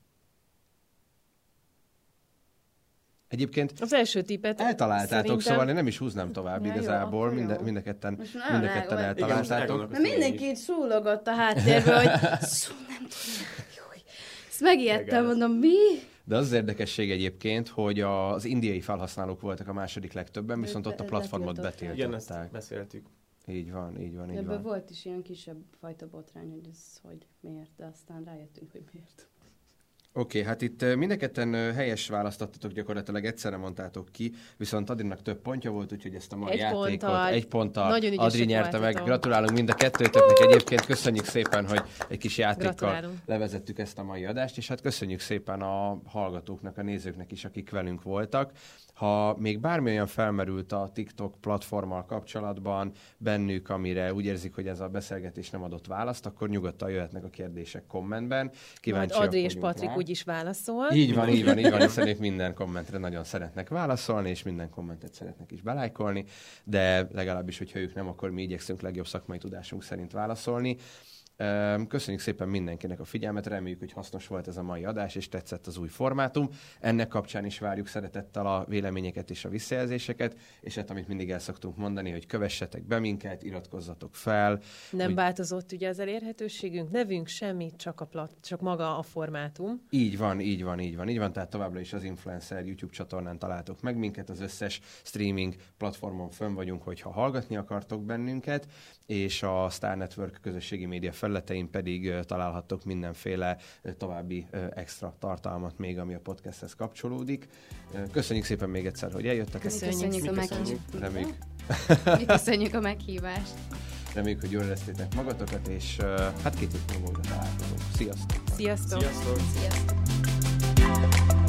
Egyébként
Az első tippet
eltaláltátok,
szerintem...
szóval én nem is húznám tovább
Ja, jó,
igazából,
akkor
mind,
jó.
mind a ketten,
Most nagyon
mind a
el-
ketten
vagy-
Igen, most
eltaláltátok.
elgondolkoztam
Na
én
mindenki
is.
itt súlogott a háttérből, hogy szó, nem tudom. Jaj. Ezt megijedtem,
Legális.
mondom, mi?
De az az érdekesség egyébként, hogy az indiai felhasználók voltak a második legtöbben, viszont ott a
Le-
platformot
letiltották.
Igen, ezt
betiltották.
beszéltük.
Így van, így van, így
Ebből
van.
volt is ilyen kisebb fajta botrány, hogy ez hogy miért, de aztán rájöttünk, hogy miért.
Oké, okay, hát itt uh, mind a ketten uh, helyes választottatok, gyakorlatilag egyszerre mondtátok ki, viszont Adrinak több pontja volt, úgyhogy ezt a mai
Egy
játékot
ponttal.
egy ponttal
Nagyon ügyesek
Adri nyerte meg.
voltatok.
Gratulálunk mind a kettőtöknek egyébként, köszönjük szépen, hogy egy kis játékkal
Gratulálunk.
levezettük ezt a mai adást, és hát köszönjük szépen a hallgatóknak, a nézőknek is, akik velünk voltak. Ha még bármi olyan felmerült a TikTok platformmal kapcsolatban bennük, amire úgy érzik, hogy ez a beszélgetés nem adott választ, akkor nyugodtan jöhetnek a kérdések kommentben.
Majd
Kíváncsiak
Adri és
vagyunk
Patrik
rá.
úgyis válaszol.
Így van, így van, így van, hiszen ők minden kommentre nagyon szeretnek válaszolni, és minden kommentet szeretnek is belájkolni, de legalábbis, hogyha ők nem, akkor mi igyekszünk legjobb szakmai tudásunk szerint válaszolni. Köszönjük szépen mindenkinek a figyelmet, reméljük, hogy hasznos volt ez a mai adás, és tetszett az új formátum. Ennek kapcsán is várjuk szeretettel a véleményeket és a visszajelzéseket, és hát amit mindig el szoktunk mondani, hogy kövessetek be minket, iratkozzatok fel.
Nem
hogy...
változott ugye az elérhetőségünk, nevünk semmit, csak, a plat, csak maga a formátum.
Így van, így van, így van, így van, tehát továbbra is az Influencer YouTube csatornán találtok meg minket, az összes streaming platformon fönn vagyunk, hogyha hallgatni akartok bennünket, és a Star Network közösségi média felületein pedig találhattok mindenféle további extra tartalmat még, ami a podcasthez kapcsolódik. Köszönjük szépen még egyszer, hogy eljöttek.
Köszönjük, köszönjük a meghívást.
Reméljük.
Mi köszönjük a meghívást.
Reméljük, hogy jól éreztétek magatokat, és hát két hét múlva találkozunk. Sziasztok!
Sziasztok!
Sziasztok!
Sziasztok.